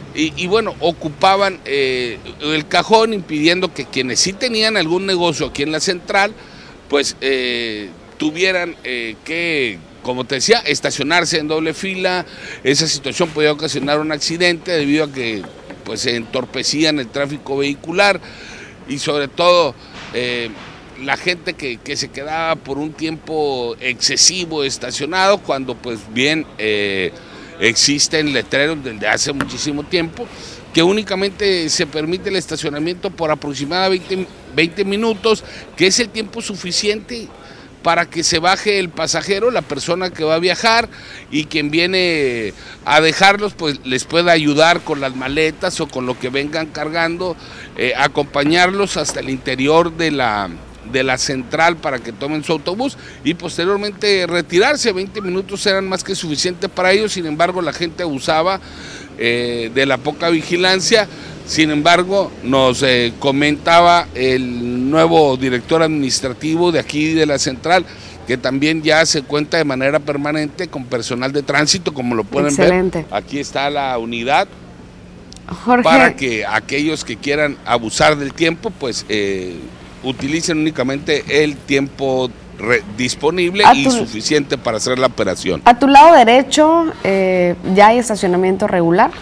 y, y bueno, ocupaban eh, el cajón, impidiendo que quienes sí tenían algún negocio aquí en la central, pues eh, tuvieran eh, que, como te decía, estacionarse en doble fila. Esa situación podía ocasionar un accidente debido a que pues se entorpecían el tráfico vehicular y sobre todo eh, la gente que, que se quedaba por un tiempo excesivo estacionado cuando pues bien eh, existen letreros desde hace muchísimo tiempo que únicamente se permite el estacionamiento por aproximadamente veinte minutos, que es el tiempo suficiente para que se baje el pasajero, la persona que va a viajar, y quien viene a dejarlos pues les pueda ayudar con las maletas o con lo que vengan cargando, eh, acompañarlos hasta el interior de la, de la central para que tomen su autobús y posteriormente retirarse. veinte minutos eran más que suficiente para ellos, sin embargo la gente abusaba eh, de la poca vigilancia. Sin embargo, nos eh, comentaba el nuevo director administrativo de aquí de la central, que también ya se cuenta de manera permanente con personal de tránsito, como lo pueden Excelente. ver. Aquí está la unidad, Jorge, para que aquellos que quieran abusar del tiempo, pues eh, utilicen únicamente el tiempo re- disponible A y tu- suficiente para hacer la operación. a tu lado derecho eh, ya hay estacionamiento regular.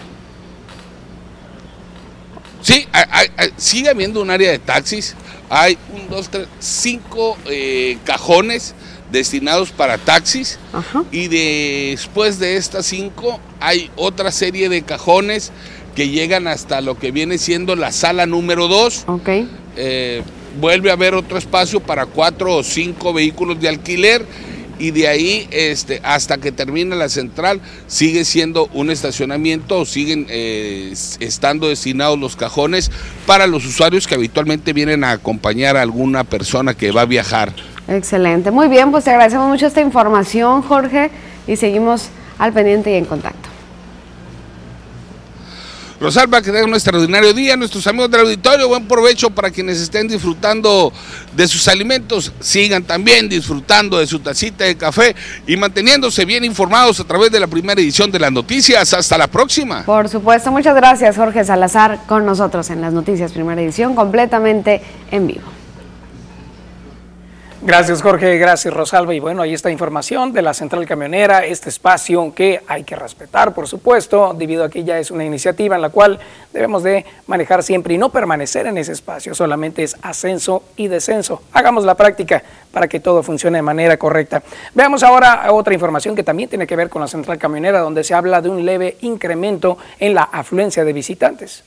Sí, hay, hay, hay, sigue habiendo un área de taxis. Hay un, dos, tres, cinco eh, cajones destinados para taxis. Ajá. Y después de estas cinco hay otra serie de cajones que llegan hasta lo que viene siendo la sala número dos. Ok. Eh, vuelve a haber otro espacio para cuatro o cinco vehículos de alquiler. Y de ahí este, hasta que termine la central sigue siendo un estacionamiento o siguen eh, estando destinados los cajones para los usuarios que habitualmente vienen a acompañar a alguna persona que va a viajar. Excelente, muy bien, pues te agradecemos mucho esta información, Jorge, y seguimos al pendiente y en contacto. Rosalba, que tengan un extraordinario día. Nuestros amigos del auditorio, buen provecho para quienes estén disfrutando de sus alimentos. Sigan también disfrutando de su tacita de café y manteniéndose bien informados a través de la primera edición de las noticias. Hasta la próxima. Por supuesto, muchas gracias, Jorge Salazar, con nosotros en las noticias, primera edición, completamente en vivo. Gracias, Jorge, gracias, Rosalba. Y bueno, ahí está información de la Central Camionera, este espacio que hay que respetar, por supuesto, debido a que ya es una iniciativa en la cual debemos de manejar siempre y no permanecer en ese espacio, solamente es ascenso y descenso. Hagamos la práctica para que todo funcione de manera correcta. Veamos ahora otra información que también tiene que ver con la Central Camionera, donde se habla de un leve incremento en la afluencia de visitantes.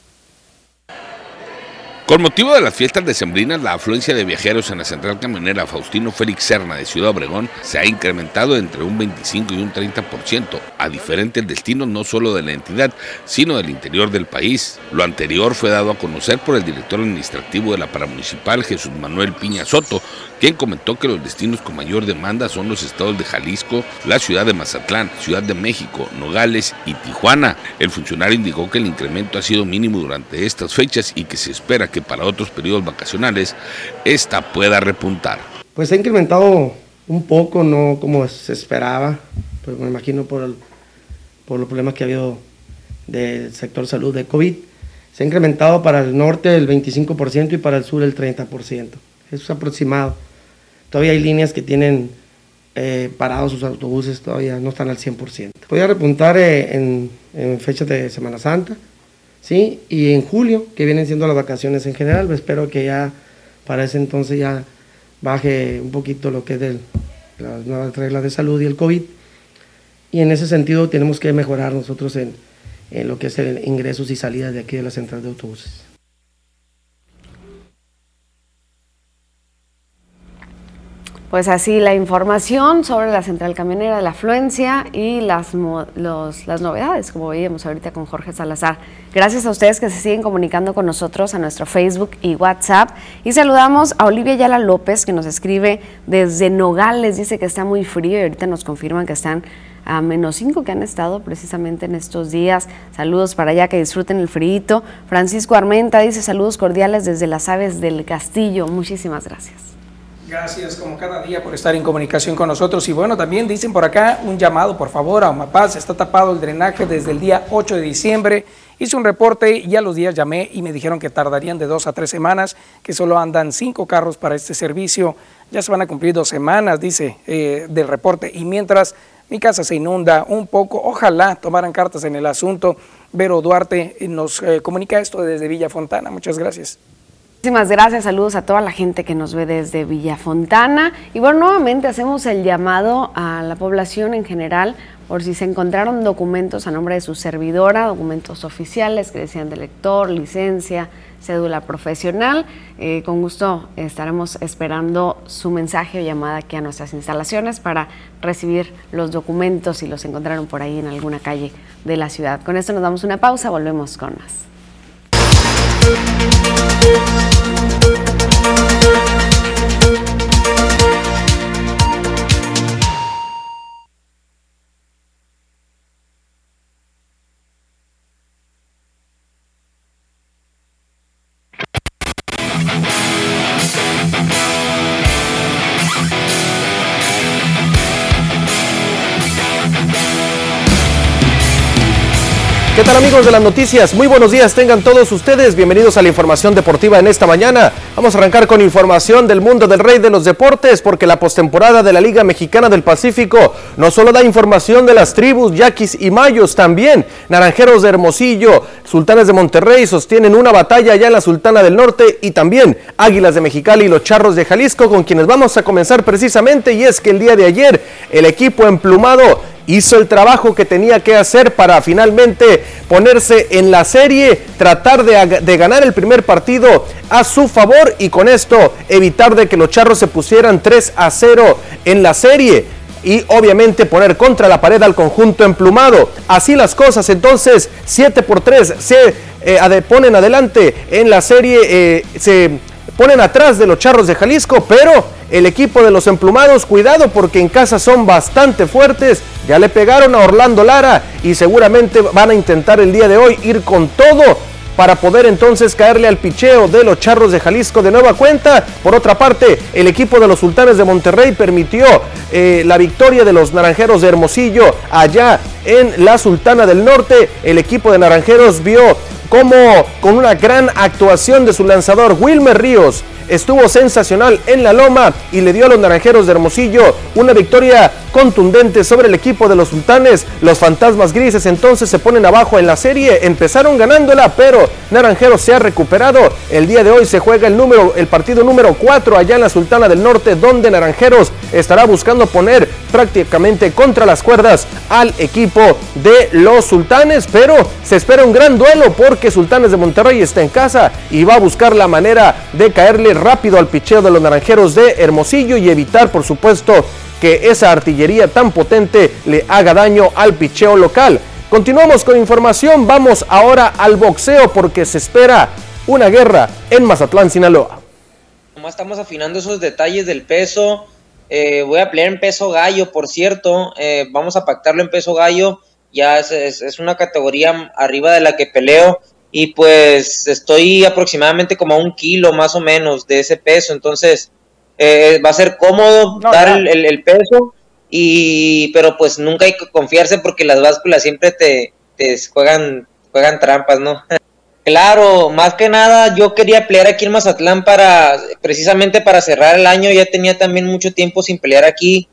Con motivo de las fiestas decembrinas, la afluencia de viajeros en la Central Camionera Faustino Félix Serna de Ciudad Obregón se ha incrementado entre un veinticinco y un treinta por ciento a diferentes destinos no solo de la entidad, sino del interior del país. Lo anterior fue dado a conocer por el director administrativo de la paramunicipal, Jesús Manuel Piña Soto, quien comentó que los destinos con mayor demanda son los estados de Jalisco, la ciudad de Mazatlán, Ciudad de México, Nogales y Tijuana. El funcionario indicó que el incremento ha sido mínimo durante estas fechas y que se espera que para otros periodos vacacionales esta pueda repuntar. Pues ha incrementado un poco, no como se esperaba, pues me imagino por, el, por los problemas que ha habido del sector salud de COVID. Se ha incrementado para el norte el veinticinco por ciento y para el sur el treinta por ciento. Eso es aproximado. Todavía hay líneas que tienen eh, parados sus autobuses, todavía no están al cien por ciento. Podría repuntar eh, en, en fechas de Semana Santa, ¿sí? Y en julio, que vienen siendo las vacaciones en general. Espero que ya para ese entonces ya baje un poquito lo que es de las nuevas reglas de salud y el COVID. Y en ese sentido tenemos que mejorar nosotros en, en lo que es el ingresos y salidas de aquí de la central de autobuses. Pues así la información sobre la Central Camionera, la afluencia y las, los, las novedades, como veíamos ahorita con Jorge Salazar. Gracias a ustedes que se siguen comunicando con nosotros a nuestro Facebook y WhatsApp. Y saludamos a Olivia Ayala López, que nos escribe desde Nogales, dice que está muy frío y ahorita nos confirman que están a menos cinco, que han estado precisamente en estos días. Saludos para allá, que disfruten el frío. Francisco Armenta dice saludos cordiales desde las Aves del Castillo. Muchísimas gracias. Gracias como cada día por estar en comunicación con nosotros. Y bueno, también dicen por acá un llamado, por favor, a Omapaz. Está tapado el drenaje desde el día ocho de diciembre. Hice un reporte y a los días llamé y me dijeron que tardarían de dos a tres semanas, que solo andan cinco carros para este servicio. Ya se van a cumplir dos semanas, dice, eh, del reporte. Y mientras mi casa se inunda un poco, ojalá tomaran cartas en el asunto. Vero Duarte nos eh, comunica esto desde Villa Fontana. Muchas gracias. Muchísimas gracias, saludos a toda la gente que nos ve desde Villa Fontana. Y bueno, nuevamente hacemos el llamado a la población en general por si se encontraron documentos a nombre de su servidora, documentos oficiales, credencial de lector, licencia, cédula profesional. Eh, con gusto estaremos esperando su mensaje o llamada aquí a nuestras instalaciones para recibir los documentos si los encontraron por ahí en alguna calle de la ciudad. Con esto nos damos una pausa, volvemos con más. ¿Qué tal, amigos de las noticias? Muy buenos días, tengan todos ustedes, bienvenidos a la información deportiva en esta mañana. Vamos a arrancar con información del mundo del rey de los deportes, porque la postemporada de la Liga Mexicana del Pacífico no solo da información de las tribus, yaquis y mayos, también Naranjeros de Hermosillo, Sultanes de Monterrey sostienen una batalla allá en la Sultana del Norte, y también Águilas de Mexicali y los Charros de Jalisco, con quienes vamos a comenzar precisamente. Y es que el día de ayer el equipo emplumado hizo el trabajo que tenía que hacer para finalmente ponerse en la serie, tratar de, de ganar el primer partido a su favor y con esto evitar de que los Charros se pusieran tres a cero en la serie y obviamente poner contra la pared al conjunto emplumado. Así las cosas, entonces siete por tres se eh, ade, ponen adelante en la serie, eh, se ponen atrás de los Charros de Jalisco, pero el equipo de los emplumados, cuidado porque en casa son bastante fuertes, ya le pegaron a Orlando Lara y seguramente van a intentar el día de hoy ir con todo para poder entonces caerle al picheo de los Charros de Jalisco de nueva cuenta. Por otra parte, el equipo de los Sultanes de Monterrey permitió eh, la victoria de los Naranjeros de Hermosillo allá en la Sultana del Norte. El equipo de Naranjeros vio cómo con una gran actuación de su lanzador Wilmer Ríos estuvo sensacional en la loma y le dio a los Naranjeros de Hermosillo una victoria contundente sobre el equipo de los Sultanes. Los Fantasmas Grises entonces se ponen abajo en la serie, empezaron ganándola, pero Naranjeros se ha recuperado. El día de hoy se juega el, número, el partido número cuatro allá en la Sultana del Norte, donde Naranjeros estará buscando poner prácticamente contra las cuerdas al equipo de los Sultanes, pero se espera un gran duelo porque Sultanes de Monterrey está en casa y va a buscar la manera de caerle rápido al picheo de los Naranjeros de Hermosillo y evitar, por supuesto, que esa artillería tan potente le haga daño al picheo local. Continuamos con información, vamos ahora al boxeo porque se espera una guerra en Mazatlán, Sinaloa. Nomás estamos afinando esos detalles del peso. Eh, voy a pelear en peso gallo, por cierto, eh, vamos a pactarlo en peso gallo, ya es, es, es una categoría arriba de la que peleo, y pues estoy aproximadamente como a un kilo más o menos de ese peso, entonces eh, va a ser cómodo no, dar no. El, el, el peso, y pero pues nunca hay que confiarse porque las básculas siempre te, te juegan, juegan trampas, ¿no? Claro, más que nada yo quería pelear aquí en Mazatlán para, precisamente para cerrar el año, ya tenía también mucho tiempo sin pelear aquí,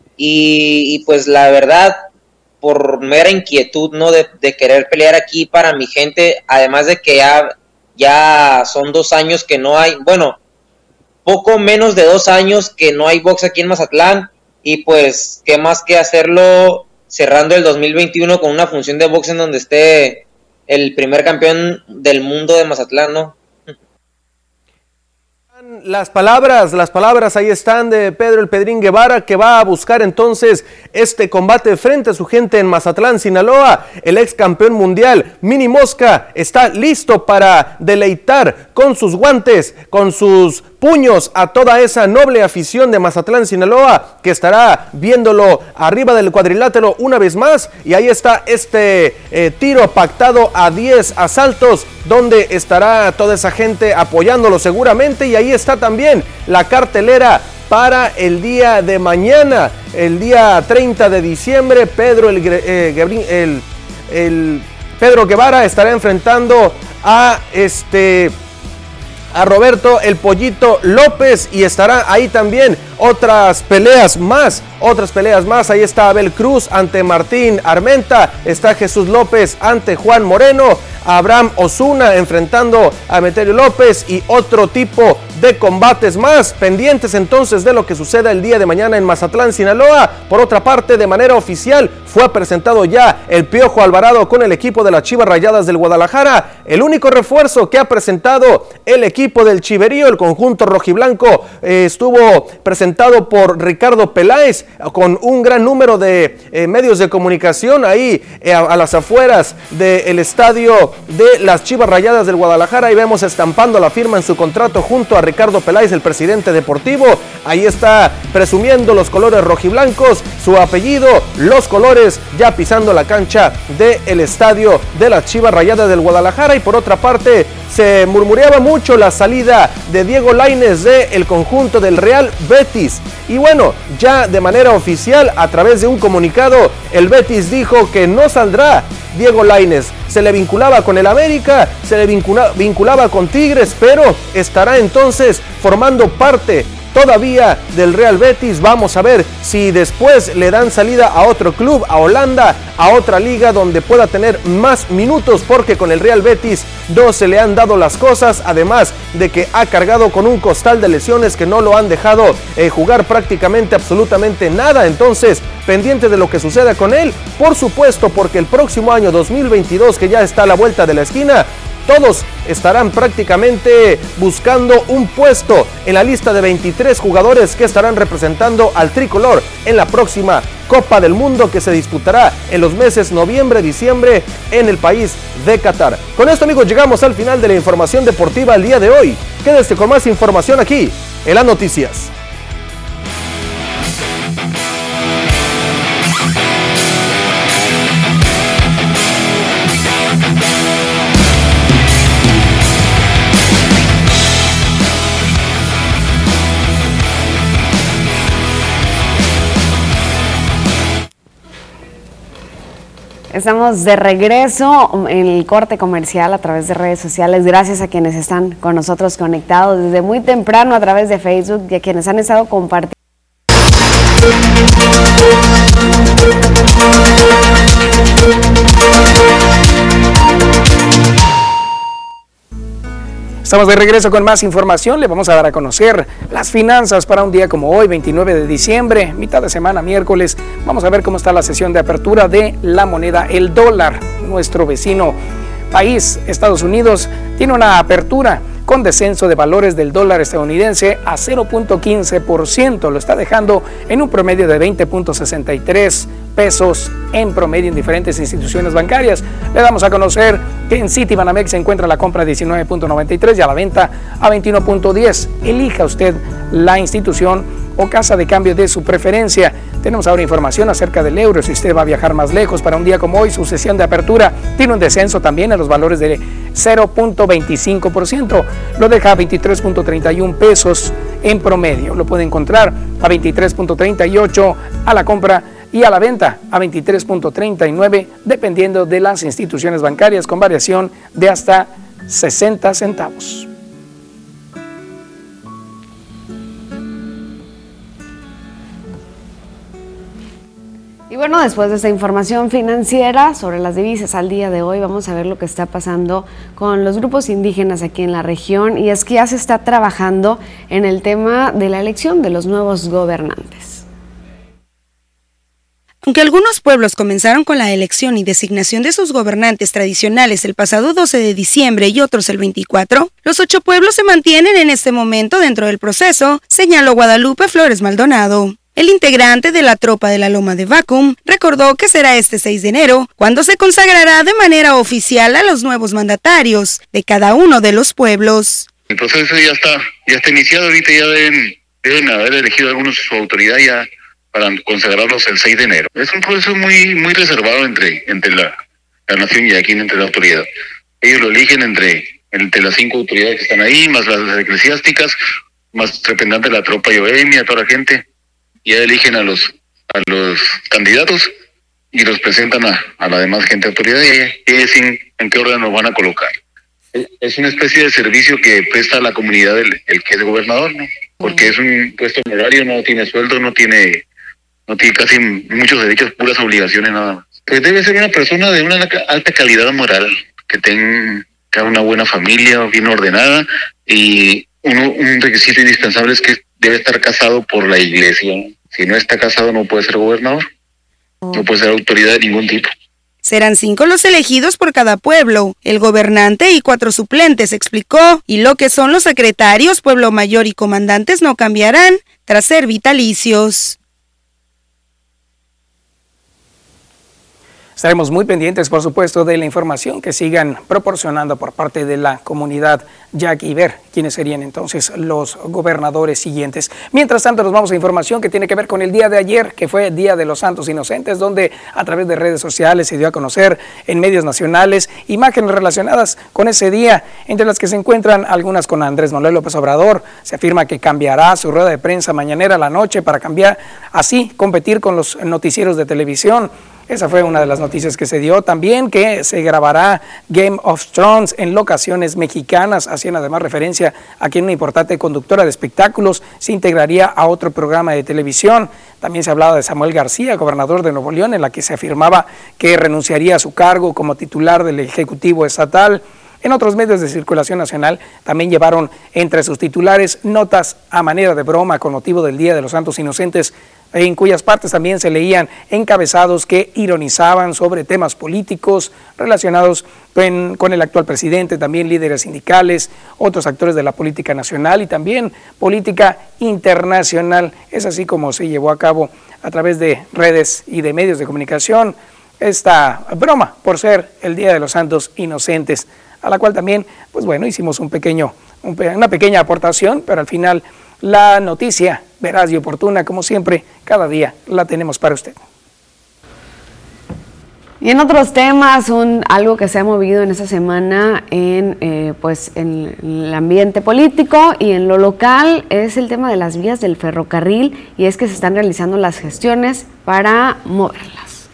y, y pues la verdad, por mera inquietud, ¿no? De, de querer pelear aquí para mi gente, además de que ya, ya son dos años que no hay, bueno, poco menos de dos años que no hay box aquí en Mazatlán, y pues, qué más que hacerlo cerrando el dos mil veintiuno con una función de box en donde esté el primer campeón del mundo de Mazatlán, ¿no? Las palabras, las palabras ahí están de Pedro el Pedrín Guevara, que va a buscar entonces este combate frente a su gente en Mazatlán, Sinaloa. El ex campeón mundial, Mini Mosca, está listo para deleitar con sus guantes, con sus puños a toda esa noble afición de Mazatlán, Sinaloa, que estará viéndolo arriba del cuadrilátero una vez más. Y ahí está este eh, tiro pactado a diez asaltos, donde estará toda esa gente apoyándolo seguramente. Y ahí está también la cartelera para el día de mañana, el día treinta de diciembre. Pedro, el, eh, el, el, Pedro Guevara estará enfrentando a este... a Roberto el Pollito López, y estará ahí también otras peleas más, otras peleas más. Ahí está Abel Cruz ante Martín Armenta, está Jesús López ante Juan Moreno, Abraham Osuna enfrentando a Emeterio López, y otro tipo de combates más pendientes entonces de lo que suceda el día de mañana en Mazatlán, Sinaloa. Por otra parte, de manera oficial fue presentado ya el Piojo Alvarado con el equipo de las Chivas Rayadas del Guadalajara, el único refuerzo que ha presentado el equipo del Chiverío. El conjunto rojiblanco eh, estuvo presentado por Ricardo Peláez con un gran número de eh, medios de comunicación ahí eh, a, a las afueras del estadio de las Chivas Rayadas del Guadalajara, y vemos estampando la firma en su contrato junto a Ricardo Peláez, el presidente deportivo. Ahí está presumiendo los colores rojiblancos, su apellido, los colores, ya pisando la cancha del estadio de las Chivas Rayadas del Guadalajara. Y por otra parte, se murmureaba mucho la salida de Diego Lainez del conjunto del Real Betis, y bueno, ya de manera oficial, a través de un comunicado, el Betis dijo que no saldrá Diego Lainez. Se le vinculaba con el América, se le vincula, vinculaba con Tigres, pero estará entonces formando parte todavía del Real Betis. Vamos a ver si después le dan salida a otro club, a Holanda, a otra liga donde pueda tener más minutos, porque con el Real Betis no se le han dado las cosas, además de que ha cargado con un costal de lesiones que no lo han dejado eh, jugar prácticamente absolutamente nada. Entonces, pendiente de lo que suceda con él, por supuesto, porque el próximo año dos mil veintidós, que ya está a la vuelta de la esquina, todos estarán prácticamente buscando un puesto en la lista de veintitrés jugadores que estarán representando al tricolor en la próxima Copa del Mundo, que se disputará en los meses noviembre, diciembre en el país de Qatar. Con esto, amigos, llegamos al final de la información deportiva el día de hoy. Quédese con más información aquí en las noticias. Estamos de regreso en el corte comercial a través de redes sociales. Gracias a quienes están con nosotros conectados desde muy temprano a través de Facebook y a quienes han estado compartiendo. Estamos de regreso con más información. Le vamos a dar a conocer las finanzas para un día como hoy, veintinueve de diciembre, mitad de semana, miércoles. Vamos a ver cómo está la sesión de apertura de la moneda, el dólar. Nuestro vecino país, Estados Unidos, tiene una apertura con descenso de valores del dólar estadounidense a cero punto quince por ciento. Lo está dejando en un promedio de veinte punto sesenta y tres pesos en promedio en diferentes instituciones bancarias. Le damos a conocer que en Citibanamex se encuentra la compra a diecinueve punto noventa y tres y a la venta a veintiuno punto diez. Elija usted la institución o casa de cambio de su preferencia. Tenemos ahora información acerca del euro. Si usted va a viajar más lejos para un día como hoy, su sesión de apertura tiene un descenso también en los valores de cero punto veinticinco por ciento. Lo deja a veintitrés punto treinta y uno pesos en promedio. Lo puede encontrar a veintitrés punto treinta y ocho a la compra y a la venta a veintitrés punto treinta y nueve, dependiendo de las instituciones bancarias, con variación de hasta sesenta centavos. Y bueno, después de esta información financiera sobre las divisas al día de hoy, vamos a ver lo que está pasando con los grupos indígenas aquí en la región, y es que ya se está trabajando en el tema de la elección de los nuevos gobernantes. Aunque algunos pueblos comenzaron con la elección y designación de sus gobernantes tradicionales el pasado doce de diciembre y otros el veinticuatro, los ocho pueblos se mantienen en este momento dentro del proceso, señaló Guadalupe Flores Maldonado. El integrante de la tropa de la Loma de Vacum recordó que será este seis de enero cuando se consagrará de manera oficial a los nuevos mandatarios de cada uno de los pueblos. El proceso ya está, ya está iniciado, ahorita ya deben, deben haber elegido algunos su autoridad ya para consagrarlos el seis de enero. Es un proceso muy muy reservado entre, entre la, la nación y aquí entre la autoridad. Ellos lo eligen entre, entre las cinco autoridades que están ahí, más las, las eclesiásticas, más representante de la tropa Yoemi, a toda la gente, ya eligen a los a los candidatos y los presentan a, a la demás gente de autoridad y ellos deciden en qué orden nos van a colocar. Es una especie de servicio que presta a la comunidad el, el que es gobernador, ¿no? Porque es un puesto honorario, no tiene sueldo, no tiene, no tiene casi muchos derechos, puras obligaciones nada más. Pues debe ser una persona de una alta calidad moral, que tenga una buena familia, bien ordenada, y uno, un requisito indispensable es que debe estar casado por la iglesia. Si no está casado no puede ser gobernador, no puede ser autoridad de ningún tipo. Serán cinco los elegidos por cada pueblo, el gobernante y cuatro suplentes, explicó, y lo que son los secretarios, pueblo mayor y comandantes no cambiarán tras ser vitalicios. Estaremos muy pendientes, por supuesto, de la información que sigan proporcionando por parte de la comunidad Yaque y ver quiénes serían entonces los gobernadores siguientes. Mientras tanto, nos vamos a información que tiene que ver con el día de ayer, que fue el Día de los Santos Inocentes, donde a través de redes sociales se dio a conocer en medios nacionales imágenes relacionadas con ese día, entre las que se encuentran algunas con Andrés Manuel López Obrador. Se afirma que cambiará su rueda de prensa mañanera a la noche para cambiar, así competir con los noticieros de televisión. Esa fue una de las noticias que se dio. También que se grabará Game of Thrones en locaciones mexicanas. Hacían además referencia a que una importante conductora de espectáculos se integraría a otro programa de televisión. También se hablaba de Samuel García, gobernador de Nuevo León, en la que se afirmaba que renunciaría a su cargo como titular del Ejecutivo Estatal. En otros medios de circulación nacional también llevaron entre sus titulares notas a manera de broma con motivo del Día de los Santos Inocentes, en cuyas partes también se leían encabezados que ironizaban sobre temas políticos relacionados con, con el actual presidente, también líderes sindicales, otros actores de la política nacional y también política internacional. Es así como se llevó a cabo a través de redes y de medios de comunicación esta broma por ser el Día de los Santos Inocentes, a la cual también, pues bueno, hicimos un pequeño, un, una pequeña aportación, pero al final la noticia veraz y oportuna, como siempre, cada día la tenemos para usted. Y en otros temas, un, algo que se ha movido en esta semana en, eh, pues en el ambiente político y en lo local es el tema de las vías del ferrocarril, y es que se están realizando las gestiones para moverlas.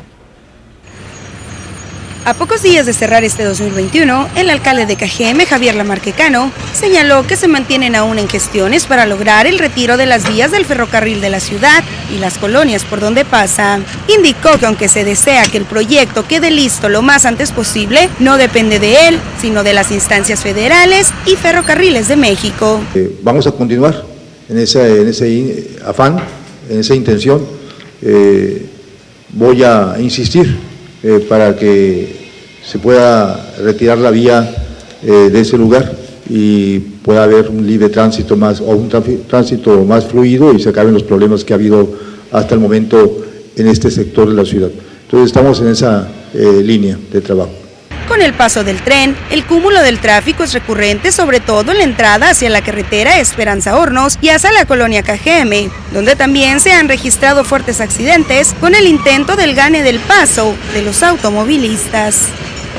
A pocos días de cerrar este dos mil veintiuno, el alcalde de Cajeme, Javier Lamarque Cano, señaló que se mantienen aún en gestiones para lograr el retiro de las vías del ferrocarril de la ciudad y las colonias por donde pasa. Indicó que aunque se desea que el proyecto quede listo lo más antes posible, no depende de él, sino de las instancias federales y Ferrocarriles de México. Eh, vamos a continuar en ese, en ese afán, en esa intención. Eh, voy a insistir Eh, para que se pueda retirar la vía eh, de ese lugar y pueda haber un libre tránsito más o un tránsito más fluido y se acaben los problemas que ha habido hasta el momento en este sector de la ciudad. Entonces estamos en esa eh, línea de trabajo. Con el paso del tren, el cúmulo del tráfico es recurrente, sobre todo en la entrada hacia la carretera Esperanza Hornos y hacia la colonia Cajeme, donde también se han registrado fuertes accidentes con el intento del gane del paso de los automovilistas.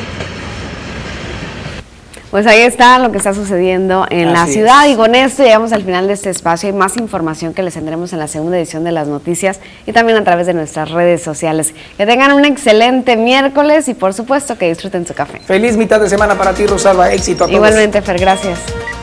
Pues ahí está lo que está sucediendo en la ciudad y con esto llegamos al final de este espacio. Hay más información que les tendremos en la segunda edición de las noticias y también a través de nuestras redes sociales. Que tengan un excelente miércoles y por supuesto que disfruten su café. Feliz mitad de semana para ti, Rosalba. Éxito a todos. Igualmente, Fer, gracias.